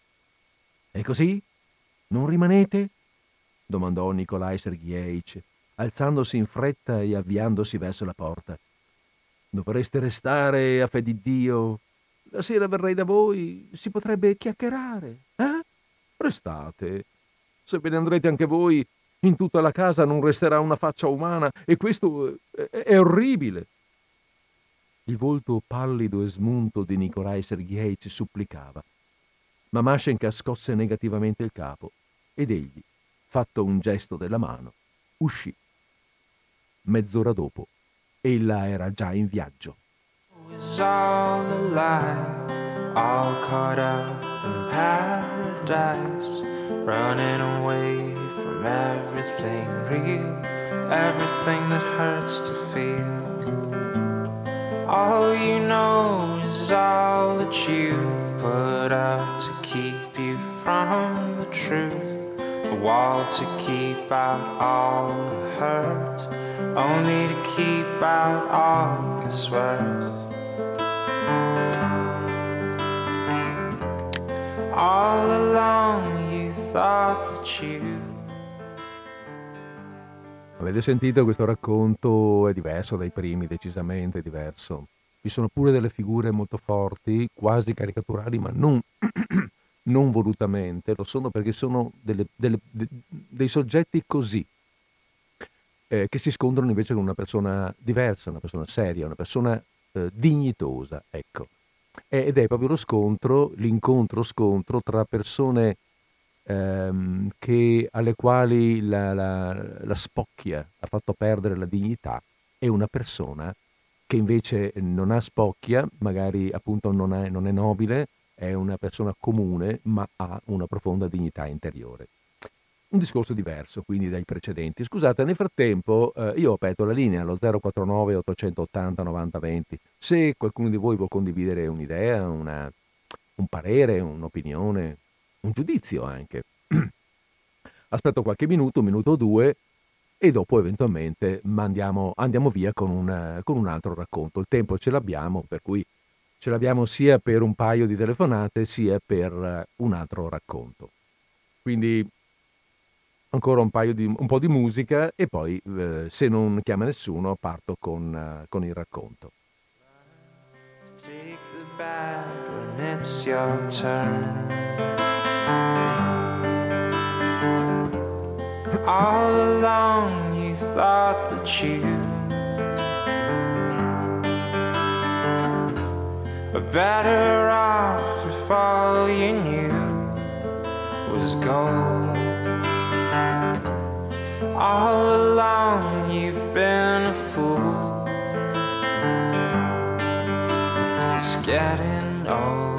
E così? Non rimanete? Domandò Nikolai Sergeevich, alzandosi in fretta e avviandosi verso la porta. Dovreste restare, a fe di Dio. La sera verrei da voi, si potrebbe chiacchierare, eh? Restate. Se ve ne andrete anche voi, in tutta la casa non resterà una faccia umana, e questo è orribile. Il volto pallido e smunto di Nikolai Sergeevich supplicava, ma Mashenka scosse negativamente il capo ed egli, fatto un gesto della mano, uscì. Mezz'ora dopo, ella era già in viaggio. Was all alive, all caught up in paradise, running away from everything real, everything that hurts to feel. All you know is all that you've put up to keep you from the truth, the wall to keep out all the hurt, only to keep out all that's worth. All along you thought that you... Avete sentito, questo racconto è diverso dai primi, decisamente diverso. Vi sono pure delle figure molto forti, quasi caricaturali, ma non, non volutamente, lo sono perché sono dei soggetti così, che si scontrano invece con una persona diversa, una persona seria, una persona dignitosa, ecco. Ed è proprio lo scontro, l'incontro-scontro tra persone alle quali la spocchia ha fatto perdere la dignità, e una persona che invece non ha spocchia, magari appunto non è nobile, è una persona comune, ma ha una profonda dignità interiore. Un discorso diverso quindi dai precedenti. Scusate, nel frattempo io ho aperto la linea allo 049 880 90 20. Se qualcuno di voi vuol condividere un'idea, un parere, un'opinione, un giudizio anche. Aspetto qualche minuto, un minuto o due, e dopo eventualmente andiamo via con un altro racconto. Il tempo ce l'abbiamo, per cui ce l'abbiamo sia per un paio di telefonate sia per un altro racconto. Quindi ancora un po' di musica e poi se non chiama nessuno parto con il racconto. Take the bad when it's your turn. All along you thought that you were better off if all you knew was gold. All along you've been a fool. It's getting old.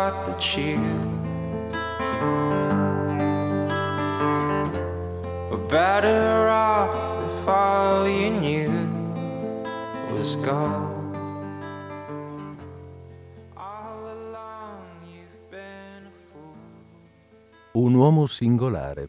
thought that you were better off if all you knew was gold. All along you've been a fool. Un uomo singolare.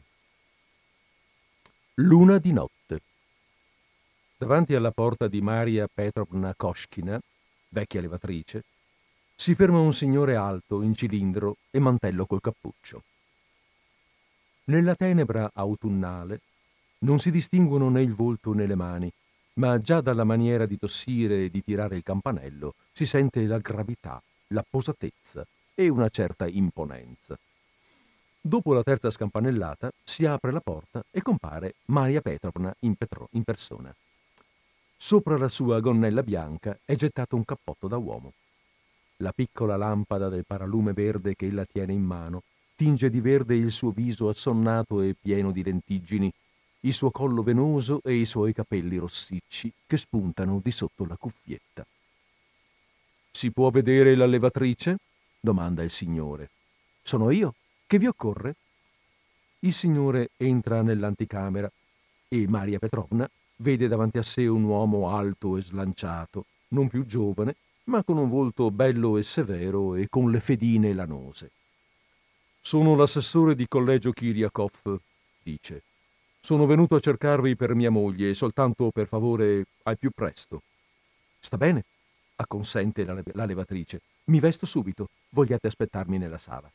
Luna di notte. Davanti alla porta di Maria Petrovna Koshkina, vecchia levatrice, si ferma un signore alto, in cilindro e mantello col cappuccio. Nella tenebra autunnale non si distinguono né il volto né le mani, ma già dalla maniera di tossire e di tirare il campanello si sente la gravità, la posatezza e una certa imponenza. Dopo la terza scampanellata si apre la porta e compare Maria Petrovna in persona. Sopra la sua gonnella bianca è gettato un cappotto da uomo. La piccola lampada del paralume verde che ella tiene in mano tinge di verde il suo viso assonnato e pieno di lentiggini, il suo collo venoso e i suoi capelli rossicci che spuntano di sotto la cuffietta. «Si può vedere la levatrice?» domanda il signore. «Sono io. Che vi occorre?» Il signore entra nell'anticamera e Maria Petrovna vede davanti a sé un uomo alto e slanciato, non più giovane, ma con un volto bello e severo e con le fedine lanose. «Sono l'assessore di collegio Kiriakov», dice. «Sono venuto a cercarvi per mia moglie e soltanto per favore al più presto». «Sta bene», acconsente la levatrice. «Mi vesto subito. Vogliate aspettarmi nella sala».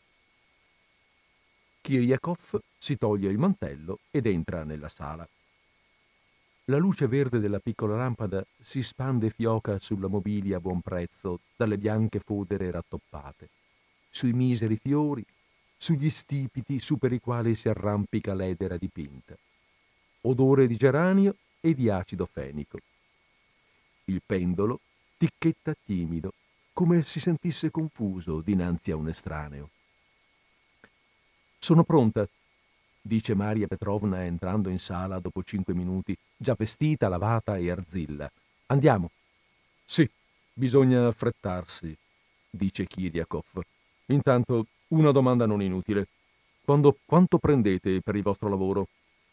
Kiriakov si toglie il mantello ed entra nella sala. La luce verde della piccola lampada si spande e fioca sulla mobilia a buon prezzo dalle bianche fodere rattoppate, sui miseri fiori, sugli stipiti su per i quali si arrampica l'edera dipinta. Odore di geranio e di acido fenico. Il pendolo ticchetta timido, come si sentisse confuso dinanzi a un estraneo. «Sono pronta», dice Maria Petrovna entrando in sala dopo 5 minuti, già vestita, lavata e arzilla. «Andiamo». «Sì, bisogna affrettarsi», dice Kiriakov. «Intanto una domanda non inutile. Quanto prendete per il vostro lavoro?»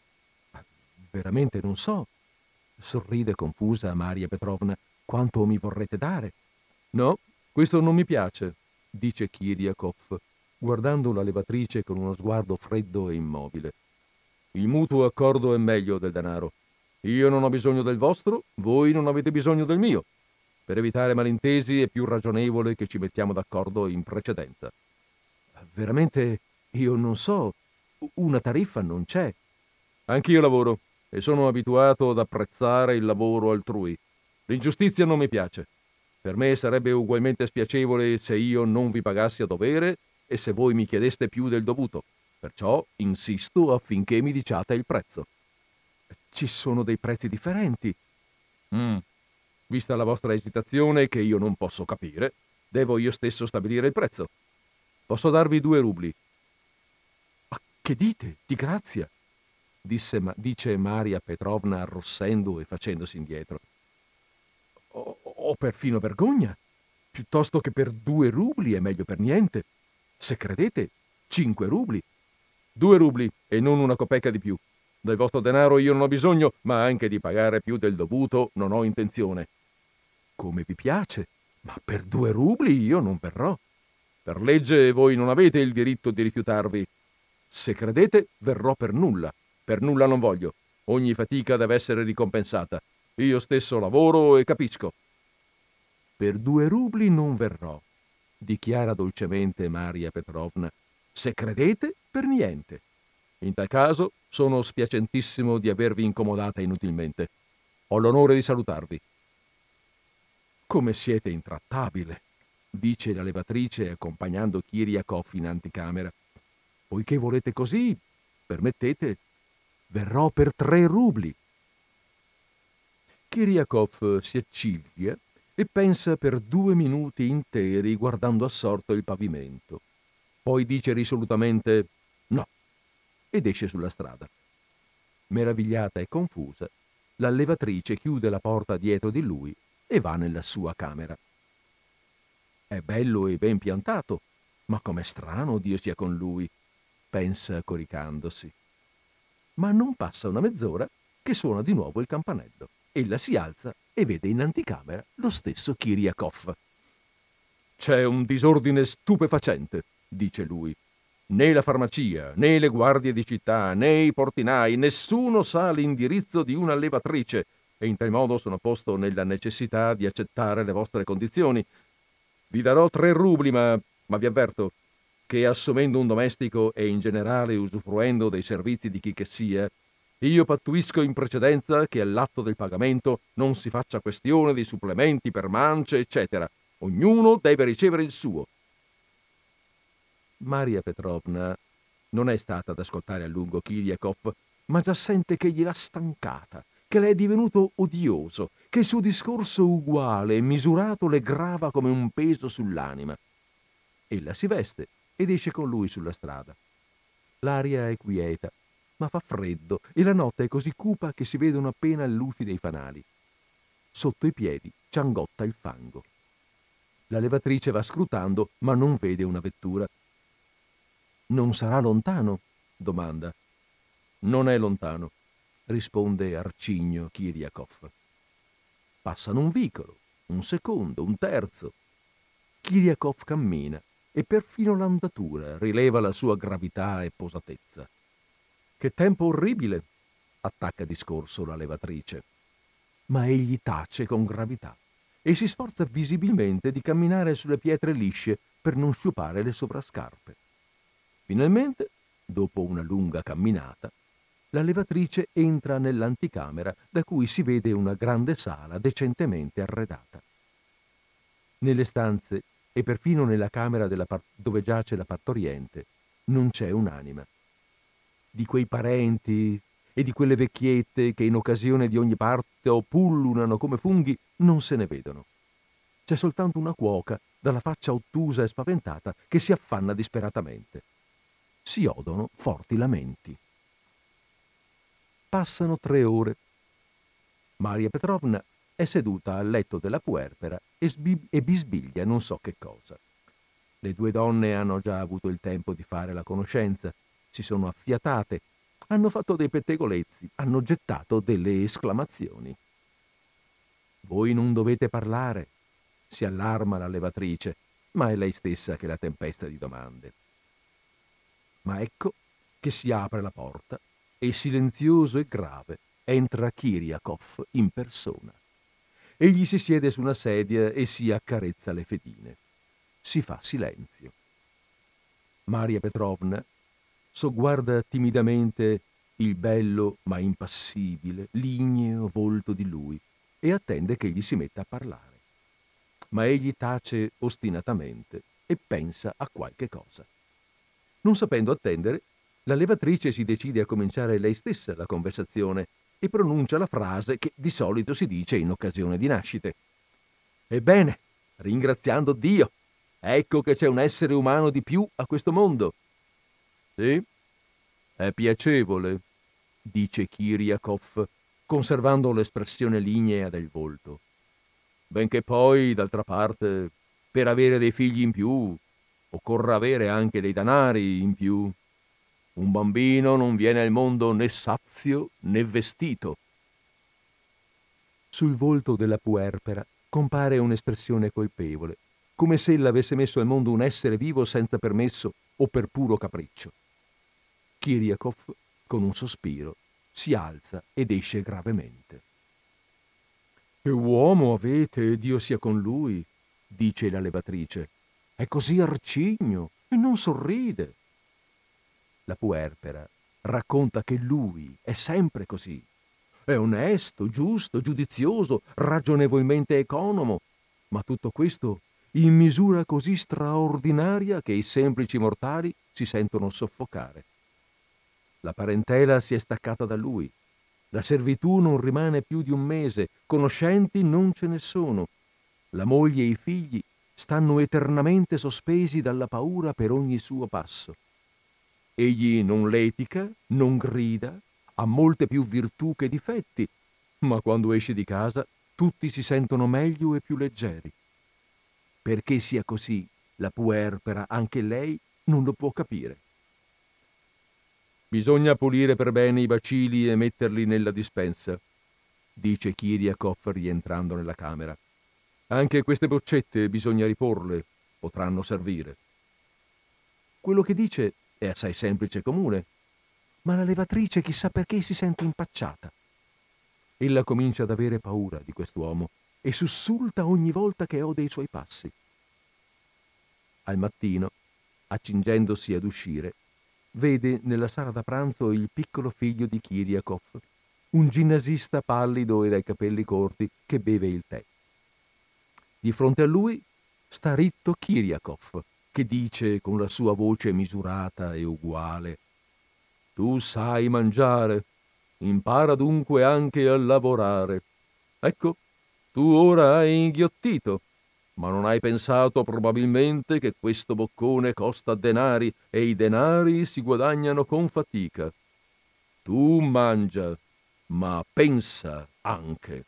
«Veramente non so», sorride confusa Maria Petrovna. «Quanto mi vorrete dare?» «No, questo non mi piace», dice Kiriakov, guardando la levatrice con uno sguardo freddo e immobile. «Il mutuo accordo è meglio del denaro. Io non ho bisogno del vostro, voi non avete bisogno del mio. Per evitare malintesi è più ragionevole che ci mettiamo d'accordo in precedenza». «Veramente io non so, una tariffa non c'è». «Anch'io lavoro e sono abituato ad apprezzare il lavoro altrui. L'ingiustizia non mi piace. Per me sarebbe ugualmente spiacevole se io non vi pagassi a dovere e se voi mi chiedeste più del dovuto. Perciò insisto affinché mi diciate il prezzo». «Ci sono dei prezzi differenti». Vista la vostra esitazione, che io non posso capire, devo io stesso stabilire il prezzo. Posso darvi 2 rubli». «Che dite? Di grazia», dice Maria Petrovna arrossendo e facendosi indietro. Ho perfino vergogna. Piuttosto che per 2 rubli è meglio per niente. Se credete, 5 rubli. 2 rubli e non una copecca di più. Del vostro denaro io non ho bisogno, ma anche di pagare più del dovuto non ho intenzione». «Come vi piace, ma per 2 rubli io non verrò». «Per legge voi non avete il diritto di rifiutarvi. Se credete, verrò per nulla. Per nulla non voglio. Ogni fatica deve essere ricompensata. Io stesso lavoro e capisco». «Per 2 rubli non verrò», dichiara dolcemente Maria Petrovna. «Se credete, per niente. In tal caso sono spiacentissimo di avervi incomodata inutilmente. Ho l'onore di salutarvi». «Come siete intrattabile», dice la levatrice accompagnando Kiriakov in anticamera. «Poiché volete così, permettete, verrò per 3 rubli». Kiriakov si acciglia e pensa per 2 minuti interi guardando assorto il pavimento. Poi dice risolutamente «no» ed esce sulla strada. Meravigliata e confusa, la levatrice chiude la porta dietro di lui e va nella sua camera. È bello e ben piantato, Ma com'è strano, Dio sia con lui, pensa coricandosi. Ma non passa una mezz'ora che suona di nuovo il campanello. Ella si alza e vede in anticamera lo stesso Kiriakov. «C'è un disordine stupefacente», dice lui. «Né la farmacia, né le guardie di città, né i portinai, nessuno sa l'indirizzo di una levatrice, e in tal modo sono posto nella necessità di accettare le vostre condizioni. Vi darò 3 rubli, ma vi avverto che, assumendo un domestico e in generale usufruendo dei servizi di chi che sia, io pattuisco in precedenza che all'atto del pagamento non si faccia questione di supplementi per mance, eccetera. Ognuno deve ricevere il suo». Maria Petrovna non è stata ad ascoltare a lungo Kiriakov, ma già sente che gliel'ha stancata, che le è divenuto odioso, che il suo discorso uguale e misurato le grava come un peso sull'anima. Ella si veste ed esce con lui sulla strada. L'aria è quieta, ma fa freddo e la notte è così cupa che si vedono appena le luci dei fanali. Sotto i piedi ciangotta il fango. La levatrice va scrutando, ma non vede una vettura. «Non sarà lontano?» domanda. «Non è lontano», risponde arcigno Kiriakov. Passano un vicolo, un secondo, un terzo. Kiriakov cammina e perfino l'andatura rileva la sua gravità e posatezza. «Che tempo orribile!» attacca discorso la levatrice. Ma egli tace con gravità e si sforza visibilmente di camminare sulle pietre lisce per non sciupare le sovrascarpe. Finalmente, dopo una lunga camminata, la levatrice entra nell'anticamera da cui si vede una grande sala decentemente arredata. Nelle stanze e perfino nella camera dove giace la partoriente non c'è un'anima. Di quei parenti e di quelle vecchiette che in occasione di ogni parto pullulano come funghi non se ne vedono. C'è soltanto una cuoca dalla faccia ottusa e spaventata che si affanna disperatamente. Si odono forti lamenti. Passano 3 ore. Maria Petrovna è seduta al letto della puerpera e bisbiglia non so che cosa. Le 2 donne hanno già avuto il tempo di fare la conoscenza, si sono affiatate, hanno fatto dei pettegolezzi, hanno gettato delle esclamazioni. «Voi non dovete parlare», si allarma la levatrice, ma è lei stessa che la tempesta di domande. Ma ecco che si apre la porta e silenzioso e grave entra Kiriakov in persona. Egli si siede su una sedia e si accarezza le fedine. Si fa silenzio. Maria Petrovna sogguarda timidamente il bello ma impassibile, ligneo volto di lui e attende che gli si metta a parlare. Ma egli tace ostinatamente e pensa a qualche cosa. Non sapendo attendere, la levatrice si decide a cominciare lei stessa la conversazione e pronuncia la frase che di solito si dice in occasione di nascite. «Ebbene, ringraziando Dio, ecco che c'è un essere umano di più a questo mondo». «Sì, è piacevole», dice Kiriakov, conservando l'espressione lignea del volto. «Benché poi, d'altra parte, per avere dei figli in più, occorra avere anche dei danari in più. Un bambino non viene al mondo né sazio né vestito». Sul volto della puerpera compare un'espressione colpevole, come se ella avesse messo al mondo un essere vivo senza permesso o per puro capriccio. Kiriakov, con un sospiro, si alza ed esce gravemente. «Che uomo avete, Dio sia con lui», dice la levatrice. «È così arcigno e non sorride». La puerpera racconta che lui è sempre così. È onesto, giusto, giudizioso, ragionevolmente economo, ma tutto questo in misura così straordinaria che i semplici mortali si sentono soffocare. La parentela si è staccata da lui, la servitù non rimane più di un mese, conoscenti non ce ne sono, la moglie e i figli stanno eternamente sospesi dalla paura per ogni suo passo. Egli non letica, non grida, ha molte più virtù che difetti, ma quando esce di casa tutti si sentono meglio e più leggeri. Perché sia così, La puerpera, anche lei, non lo può capire. Bisogna pulire per bene i bacilli e metterli nella dispensa, dice Kiriakov rientrando nella camera. Anche queste boccette bisogna riporle, potranno servire. Quello che dice è assai semplice e comune, ma la levatrice chissà perché si sente impacciata. Ella comincia ad avere paura di quest'uomo e sussulta ogni volta che ode i suoi passi. Al mattino, accingendosi ad uscire, vede nella sala da pranzo il piccolo figlio di Kiriakov, un ginnasista pallido e dai capelli corti che beve il tè. Di fronte a lui sta ritto Kiriakov, che dice con la sua voce misurata e uguale: «Tu sai mangiare, impara dunque anche a lavorare. Ecco, tu ora hai inghiottito, ma non hai pensato probabilmente che questo boccone costa denari e i denari si guadagnano con fatica. Tu mangia, ma pensa anche».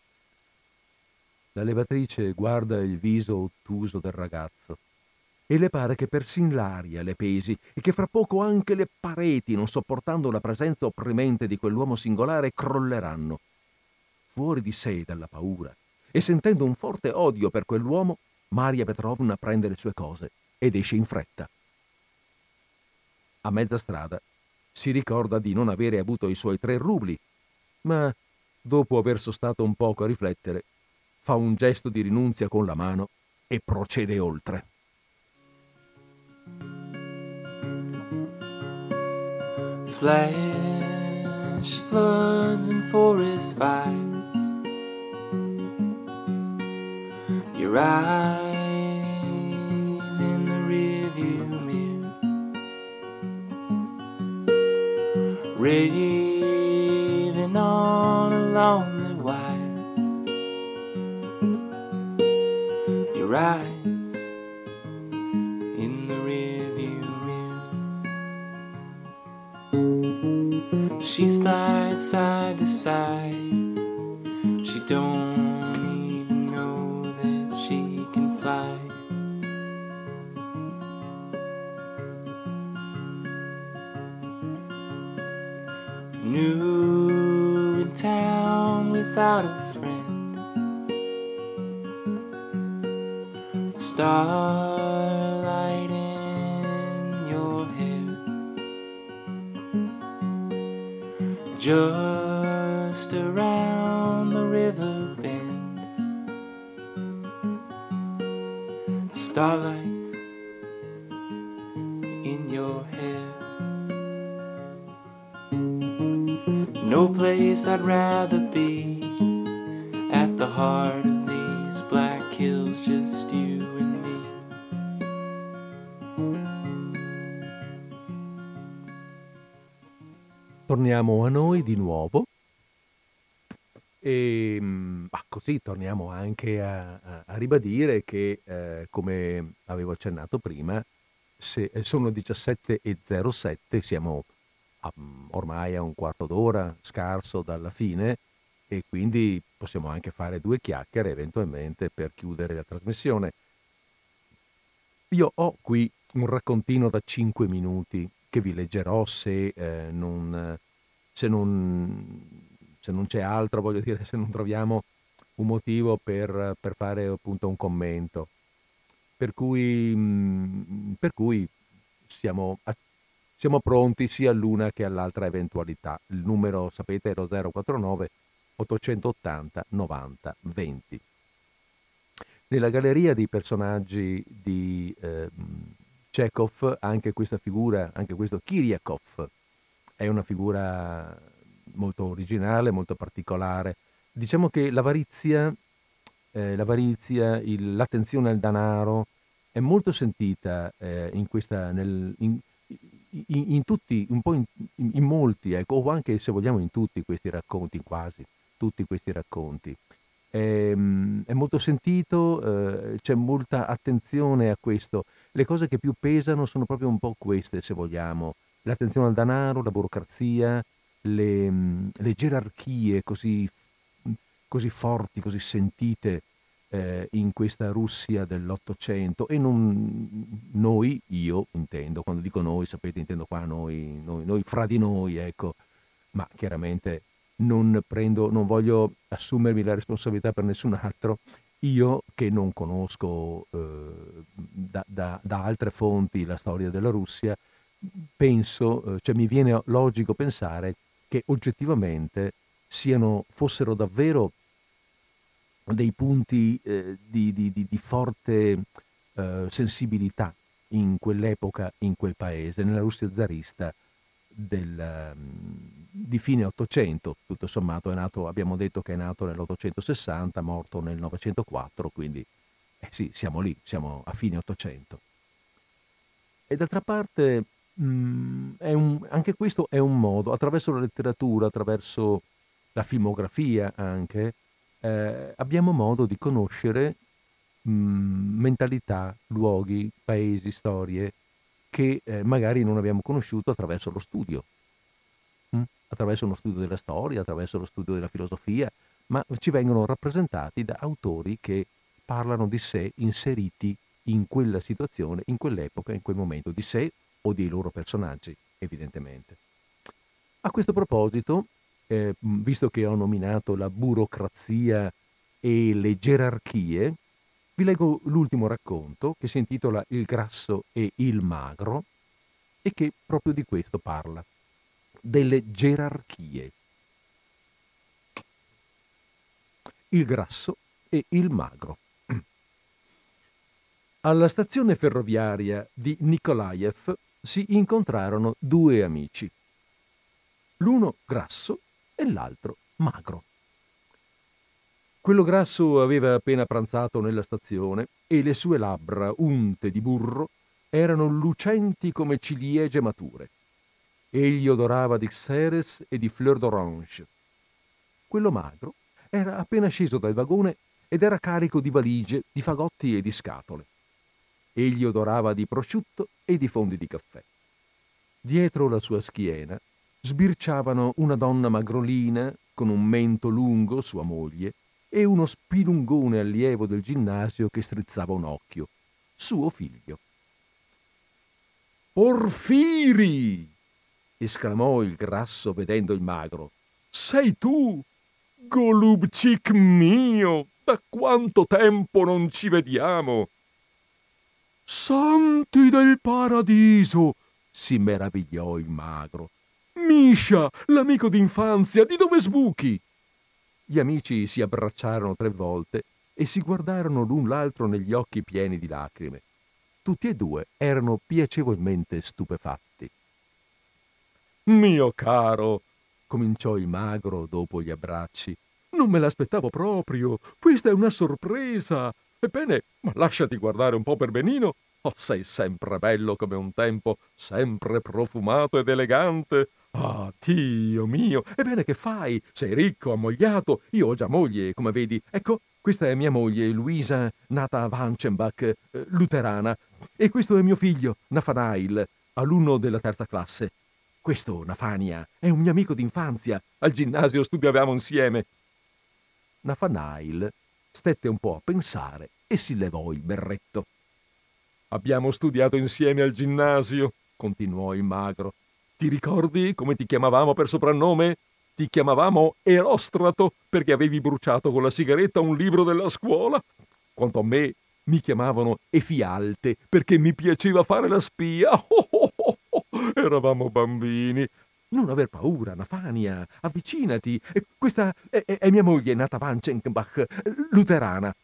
La levatrice guarda il viso ottuso del ragazzo e le pare che persin l'aria le pesi e che fra poco anche le pareti, non sopportando la presenza opprimente di quell'uomo singolare, crolleranno. Fuori di sé dalla paura e sentendo un forte odio per quell'uomo, Maria Petrovna prende le sue cose ed esce in fretta. A mezza strada si ricorda di non avere avuto i suoi 3 rubli, ma dopo aver sostato un poco a riflettere, fa un gesto di rinunzia con la mano e procede oltre. Flash floods and forest fires, your eyes in the rearview mirror, raving on a lonely wire, your eyes in the rearview mirror. She slides side to side, she don't even know that she can fly. New in town without a friend, starlight in your hair, just around the river bend, starlight in your hair. No place I'd rather be, at the heart of these black hills, just you and me. Torniamo a noi di nuovo e così torniamo anche a ribadire che, come avevo accennato prima, se sono 17:07, siamo ormai a un quarto d'ora scarso dalla fine e quindi possiamo anche fare 2 chiacchiere eventualmente per chiudere la trasmissione. Io ho qui un raccontino da 5 minuti che vi leggerò se non c'è altro, voglio dire, se non troviamo un motivo per fare appunto un commento. Per cui siamo pronti sia all'una che all'altra eventualità. Il numero, sapete, è lo 049 880 90 20. Nella galleria dei personaggi di Chekhov, anche questa figura, anche questo Kiriakov, è una figura molto originale, molto particolare. Diciamo che l'avarizia, l'attenzione al denaro è molto sentita in tutti, un po' in molti, ecco, o anche se vogliamo in tutti questi racconti, quasi tutti questi racconti. È molto sentito, c'è molta attenzione a questo. Le cose che più pesano sono proprio un po' queste, se vogliamo: l'attenzione al denaro, la burocrazia, le gerarchie così forti, così sentite, in questa Russia dell'Ottocento, e non noi, io intendo, quando dico noi, sapete, intendo qua noi fra di noi, ecco, ma chiaramente non voglio assumermi la responsabilità per nessun altro. Io che non conosco da altre fonti la storia della Russia, penso, cioè mi viene logico pensare che oggettivamente fossero davvero dei punti di forte sensibilità in quell'epoca, in quel paese, nella Russia zarista di fine Ottocento. Tutto sommato abbiamo detto che è nato nell'860, morto nel 904, quindi sì, siamo lì, siamo a fine Ottocento. E d'altra parte anche questo è un modo, attraverso la letteratura, attraverso la filmografia anche, abbiamo modo di conoscere mentalità, luoghi, paesi, storie che magari non abbiamo conosciuto attraverso lo studio, attraverso uno studio della storia, attraverso lo studio della filosofia, ma ci vengono rappresentati da autori che parlano di sé inseriti in quella situazione, in quell'epoca, in quel momento, di sé o dei loro personaggi, evidentemente. A questo proposito, visto che ho nominato la burocrazia e le gerarchie, vi leggo l'ultimo racconto che si intitola Il grasso e il magro e che proprio di questo parla, delle gerarchie. Il grasso e il magro. Alla stazione ferroviaria di Nikolaev si incontrarono due amici, l'uno grasso e l'altro magro. Quello grasso aveva appena pranzato nella stazione e le sue labbra unte di burro erano lucenti come ciliegie mature. Egli odorava di Xeres e di fleur d'orange. Quello magro era appena sceso dal vagone ed era carico di valigie, di fagotti e di scatole. Egli odorava di prosciutto e di fondi di caffè. Dietro la sua schiena sbirciavano una donna magrolina con un mento lungo, sua moglie, e uno spilungone allievo del ginnasio che strizzava un occhio, suo figlio. «Porfiri!» esclamò il grasso vedendo il magro. «Sei tu, Golubčík mio! Da quanto tempo non ci vediamo!» «Santi del paradiso!» si meravigliò il magro. «Misha, l'amico d'infanzia, di dove sbuchi?» Gli amici si abbracciarono 3 volte e si guardarono l'un l'altro negli occhi pieni di lacrime. Tutti e due erano piacevolmente stupefatti. «Mio caro», cominciò il magro dopo gli abbracci, «non me l'aspettavo proprio. Questa è una sorpresa. Ebbene, ma lasciati guardare un po' per benino. Oh, sei sempre bello come un tempo, sempre profumato ed elegante. Ah, Dio mio! Ebbene, che fai? Sei ricco, ammogliato. Io ho già moglie, come vedi. Ecco, questa è mia moglie, Luisa, nata a Wanchenbach, luterana. E questo è mio figlio, Nathanael, alunno della 3ª classe. Questo, Nafania, è un mio amico d'infanzia. Al ginnasio studiavamo insieme». Nathanael stette un po' a pensare e si levò il berretto. «Abbiamo studiato insieme al ginnasio», continuò il magro. «Ti ricordi come ti chiamavamo per soprannome? Ti chiamavamo Erostrato perché avevi bruciato con la sigaretta un libro della scuola. Quanto a me, mi chiamavano Efialte perché mi piaceva fare la spia. Eravamo bambini. Non aver paura, Nafania, avvicinati. Questa è mia moglie, nata Wanchenbach, luterana».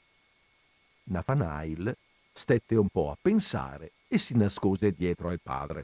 Nathanael stette un po' a pensare e si nascose dietro al padre.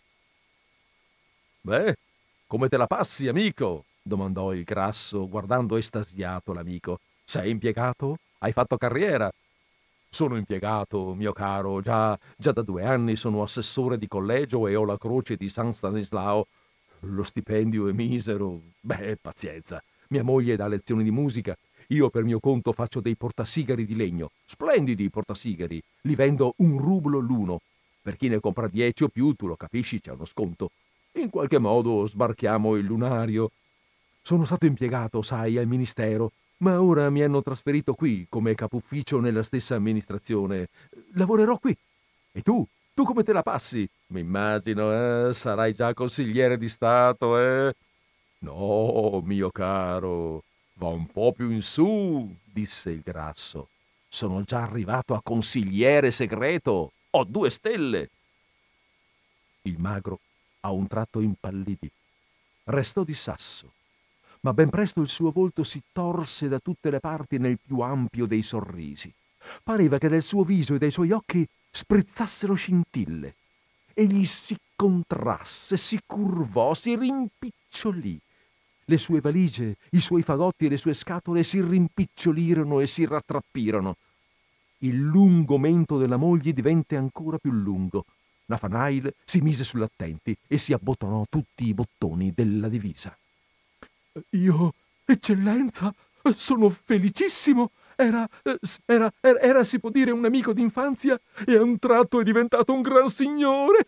«Beh, come te la passi, amico?» domandò il grasso, guardando estasiato l'amico. «Sei impiegato? Hai fatto carriera?» «Sono impiegato, mio caro, già da 2 anni sono assessore di collegio e ho la croce di San Stanislao. Lo stipendio è misero. Beh, pazienza. Mia moglie dà lezioni di musica. Io per mio conto faccio dei portasigari di legno. Splendidi i portasigari. Li vendo 1 rublo l'uno. Per chi ne compra 10 o più, tu lo capisci, c'è uno sconto. In qualche modo sbarchiamo il lunario. Sono stato impiegato, sai, al ministero, ma ora mi hanno trasferito qui come capo ufficio nella stessa amministrazione. Lavorerò qui. E tu? Tu come te la passi? Mi immagino, sarai già consigliere di Stato, eh? No, mio caro, va un po' più in su, disse il Grasso. Sono già arrivato a consigliere segreto. Ho 2 stelle. Il Magro a un tratto impallidì. Restò di sasso, ma ben presto il suo volto si torse da tutte le parti nel più ampio dei sorrisi. Pareva che dal suo viso e dai suoi occhi sprizzassero scintille. Egli si contrasse, si curvò, si rimpicciolì. Le sue valigie, i suoi fagotti e le sue scatole si rimpicciolirono e si rattrappirono. Il lungo mento della moglie divenne ancora più lungo. Nathanael si mise sull'attenti e si abbottonò tutti i bottoni della divisa. Io, eccellenza, sono felicissimo. Era, si può dire, un amico d'infanzia e a un tratto è diventato un gran signore.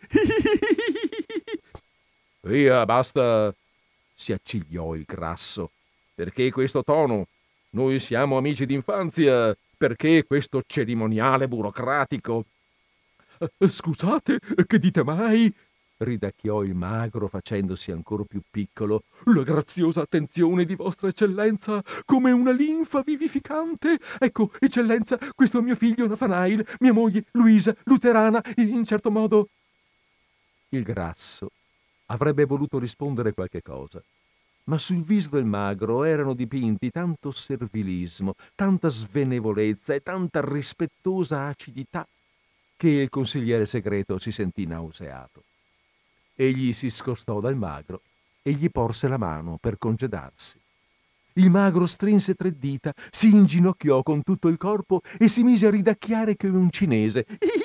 Via, basta, si accigliò il Grasso. Perché questo tono? Noi siamo amici d'infanzia. Perché questo cerimoniale burocratico? Scusate, che dite mai? Ridacchiò il Magro facendosi ancora più piccolo. La graziosa attenzione di vostra eccellenza, come una linfa vivificante. Ecco, eccellenza, questo è mio figlio Nathanael, mia moglie Luisa, luterana, in certo modo. Il Grasso avrebbe voluto rispondere qualche cosa, ma sul viso del Magro erano dipinti tanto servilismo, tanta svenevolezza e tanta rispettosa acidità che il consigliere segreto si sentì nauseato. Egli si scostò dal Magro e gli porse la mano per congedarsi. Il Magro strinse 3 dita, si inginocchiò con tutto il corpo e si mise a ridacchiare come un cinese.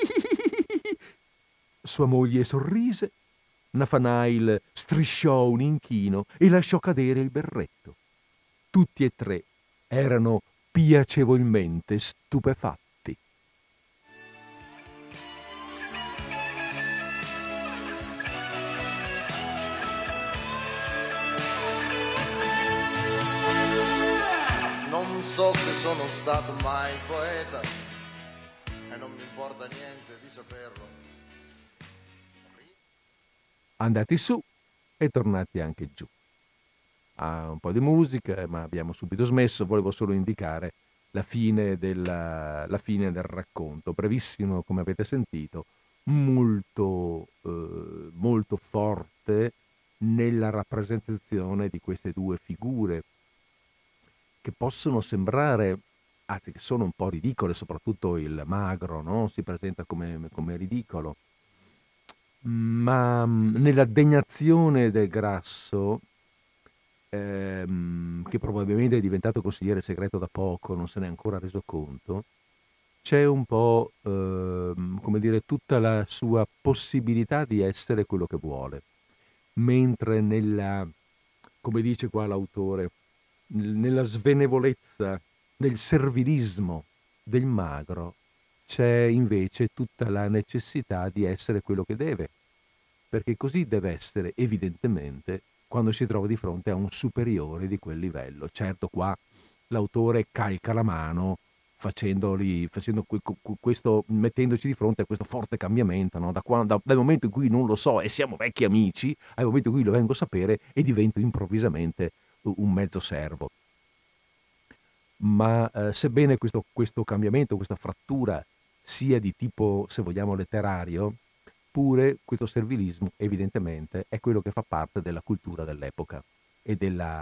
Sua moglie sorrise. Nathanael strisciò un inchino e lasciò cadere il berretto. Tutti e 3 erano piacevolmente stupefatti. Non so se sono stato mai poeta e non mi importa niente di saperlo. Andati su e tornati anche giù. Un po' di musica, ma abbiamo subito smesso. Volevo solo indicare la fine del racconto, brevissimo come avete sentito, molto forte nella rappresentazione di queste 2 figure che possono sembrare, anzi che sono un po' ridicole, soprattutto il Magro, no? Si presenta come ridicolo, ma nella degnazione del Grasso, che probabilmente è diventato consigliere segreto da poco, non se n'è ancora reso conto, c'è un po', come dire, tutta la sua possibilità di essere quello che vuole, mentre nella, come dice qua l'autore, nella svenevolezza, nel servilismo del Magro c'è invece tutta la necessità di essere quello che deve, perché così deve essere evidentemente quando si trova di fronte a un superiore di quel livello. Certo, qua l'autore calca la mano mettendoci di fronte a questo forte cambiamento, no? Dal momento in cui non lo so e siamo vecchi amici, al momento in cui lo vengo a sapere e divento improvvisamente un mezzo servo. Ma sebbene questo cambiamento, questa frattura sia di tipo, se vogliamo, letterario, pure questo servilismo evidentemente è quello che fa parte della cultura dell'epoca e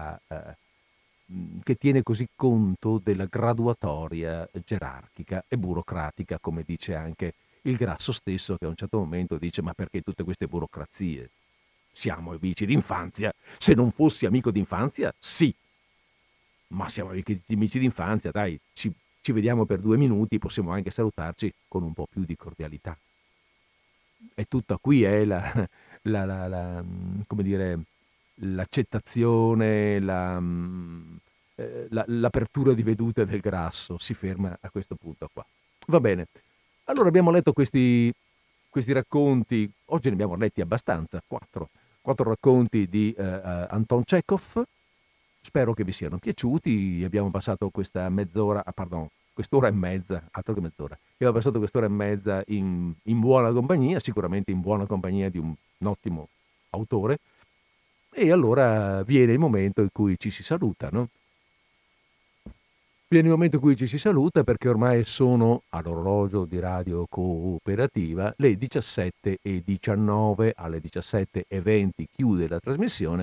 che tiene così conto della graduatoria gerarchica e burocratica, come dice anche il Grasso stesso, che a un certo momento dice: ma perché tutte queste burocrazie? Siamo amici d'infanzia. Se non fossi amico d'infanzia, sì. Ma siamo amici d'infanzia, dai, ci vediamo per 2 minuti, possiamo anche salutarci con un po' più di cordialità. E tutta qui è come dire, l'accettazione, l'apertura di vedute del Grasso si ferma a questo punto qua. Va bene. Allora abbiamo letto questi racconti, oggi ne abbiamo letti abbastanza, 4 racconti di Anton Chekhov, Spero che vi siano piaciuti. Abbiamo passato questa mezz'ora, quest'ora e mezza, altro che mezz'ora. Abbiamo passato quest'ora e mezza in buona compagnia, sicuramente in buona compagnia di un ottimo autore. E allora viene il momento in cui ci si saluta, no? Viene il momento in cui ci si saluta perché ormai sono all'orologio di Radio Cooperativa le 17:19, alle 17:20 chiude la trasmissione,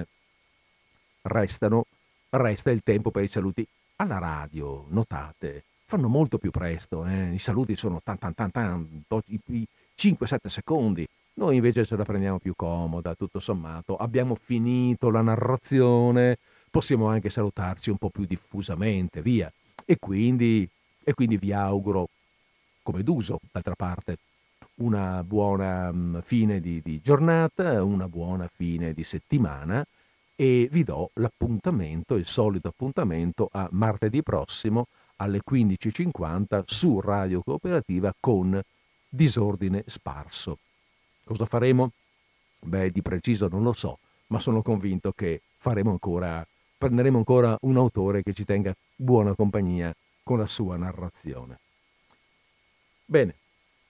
resta il tempo per i saluti. Alla radio, notate, fanno molto più presto, i saluti sono tan tan tan tan, 5-7 secondi, noi invece ce la prendiamo più comoda, tutto sommato, abbiamo finito la narrazione, possiamo anche salutarci un po' più diffusamente, via. E quindi vi auguro, come d'uso, d'altra parte, una buona fine di giornata, una buona fine di settimana e vi do l'appuntamento, il solito appuntamento a martedì prossimo alle 15:50 su Radio Cooperativa con Disordine Sparso. Cosa faremo? Beh, di preciso non lo so, ma sono convinto che prenderemo ancora un autore che ci tenga buona compagnia con la sua narrazione. Bene,